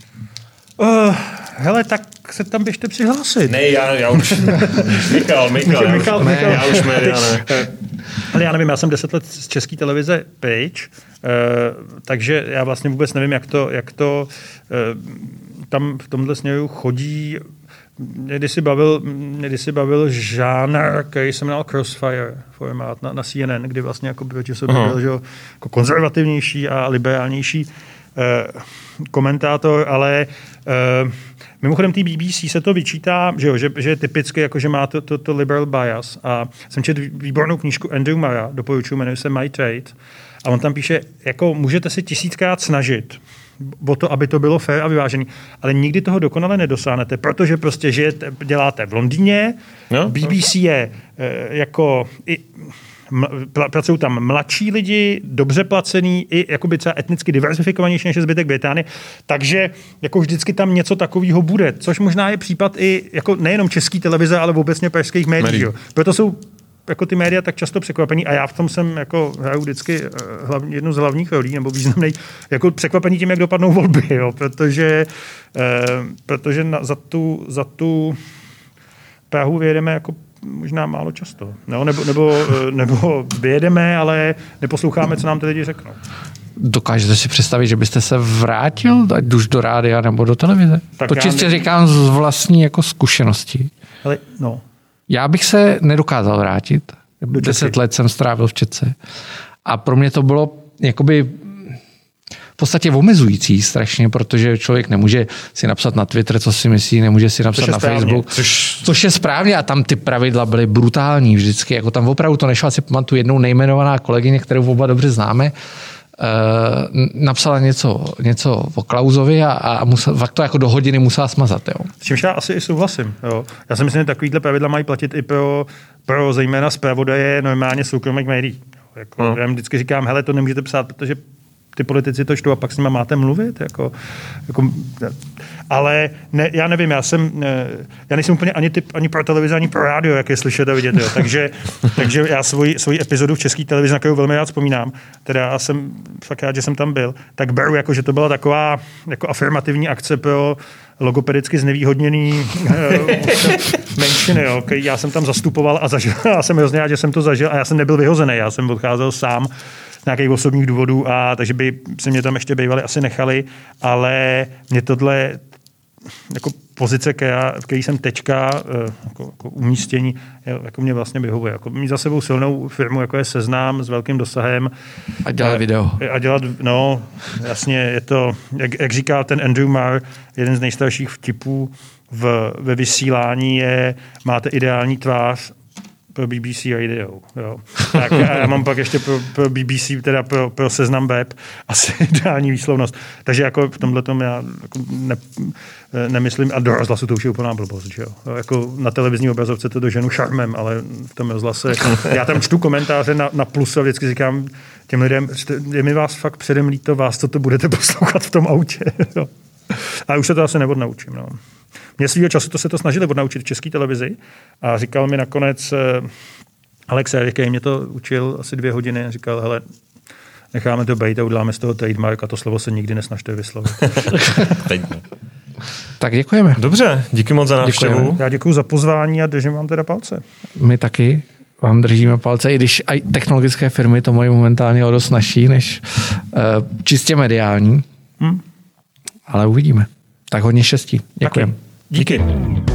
Uh, hele, tak se tam běžte přihlásit. Ne, já, já už... Mikal, Mikal, já, Mikal, už, Mikal. já už média ne. Ale já nevím, já jsem deset let z České televize pryč, uh, takže já vlastně vůbec nevím, jak to, jak to uh, tam v tomhle směru chodí. Někdy si bavil, někdy si bavil žánr, který se jmenoval Crossfire formát na, na C N N, kdy vlastně jako proti sobě byl, že, jako konzervativnější a liberálnější uh, komentátor, ale uh, mimochodem té B B C se to vyčítá, že, jo, že, že je typicky, jako, že má to, to, to liberal bias. A jsem četl výbornou knížku Andrew Mara, doporučuji, jmenuje se My Trade, a on tam píše, jako můžete si tisíckrát snažit o to, aby to bylo fair a vyvážený, ale nikdy toho dokonale nedosáhnete, protože prostě žijete, děláte v Londýně, no, B B C je e, jako... I, pracují tam mladší lidi, dobře placený i jakoby třeba etnicky diverzifikovanější než zbytek Británie, takže jako vždycky tam něco takového bude, což možná je případ i jako nejenom české televize, ale obecně pražských médií. Jo. Proto jsou jako ty média tak často překvapení a já v tom jsem jako hraju vždycky hlavní, jednu z hlavních rolí nebo významnej, jako překvapení tím, jak dopadnou volby, jo, protože, eh, protože na, za, tu, za tu Prahu vyjedeme jako možná málo často. No, nebo, nebo, nebo vyjedeme, ale neposloucháme, co nám ty lidi řeknou. Dokážete si představit, že byste se vrátil ať už do rádia nebo do televize? Tak to čistě ne... říkám z vlastní jako zkušenosti. Ale, no. Já bych se nedokázal vrátit. Deset let jsem strávil v Četce. A pro mě to bylo jakoby v podstatě omezující strašně, protože člověk nemůže si napsat na Twitter, co si myslí, nemůže si napsat na správně. Facebook, což... což je správně a tam ty pravidla byly brutální vždycky. Jako tam opravdu to nešlo, si pamatuju jednou nejmenovaná kolegyně, kterou oba dobře známe, Uh, napsala něco, něco o Klausovi a, a musel, fakt to jako do hodiny musela smazat. Jo. S čímž já asi i souhlasím. Jo. Já si myslím, že takovýhle pravidla mají platit i pro, pro zejména zpravodaje normálně soukromých médií. Jako, no. Já jim vždycky říkám, hele, to nemůžete psát, protože ty politici to čtou a pak s nima máte mluvit. Jako, jako, ale ne, já nevím, já jsem, ne, já nejsem úplně ani typ, ani pro televizi, ani pro rádio, jak je slyšet a vidět. Jo. Takže, takže já svoji, svoji epizodu v České televizi, na kterou velmi rád vzpomínám, teda já jsem fakt rád, že jsem tam byl, tak beru, jako, že to byla taková jako afirmativní akce pro logopedicky znevýhodněný menšiny, jo, který já jsem tam zastupoval a zažil. Já jsem hrozně rád, že jsem to zažil a já jsem nebyl vyhozený, já jsem odcházel sám z nějakých osobních důvodů, a takže by se mě tam ještě bývali asi nechali, ale mě tohle jako pozice, která, v které jsem tečka, jako, jako umístění, jako mě vlastně vyhovuje. Jako mít za sebou silnou firmu, jako je Seznam s velkým dosahem. A dělat video. A dělat, no, jasně, je to, jak, jak říká ten Andrew Marr, jeden z nejstarších vtipů v, ve vysílání je, máte ideální tvář pro B B C Radio. Jo. Tak já mám pak ještě pro, pro B B C, teda pro, pro Seznam web, asi ideální výslovnost. Takže jako v tomhle tom já jako ne, nemyslím, a do rozhlasu to už je úplná blbost, že jo. Jako na televizní obrazovce to doženu šarmem, ale v tom rozhlase, já tam čtu komentáře na, na Plus a vždycky říkám těm lidem, je mi vás fakt předem líto, vás, co to budete poslouchat v tom autě. Jo. A už se to asi neodnaučím, no. Mě svýho času to se to snažili odnaučit v České televizi a říkal mi nakonec eh, Alex Erikej, mě to učil asi dvě hodiny a říkal, hele, necháme to bejt a uděláme z toho trademark a to slovo se nikdy nesnažte vyslovit. Tak děkujeme. Dobře, díky moc za návštěvu. Já děkuji za pozvání a držím vám teda palce. My taky vám držíme palce, i když i technologické firmy to mají momentálně o dost snažší než uh, čistě mediální. Hmm. Ale uvidíme. Tak hodně štěstí. Děkujeme. Díky. Díky.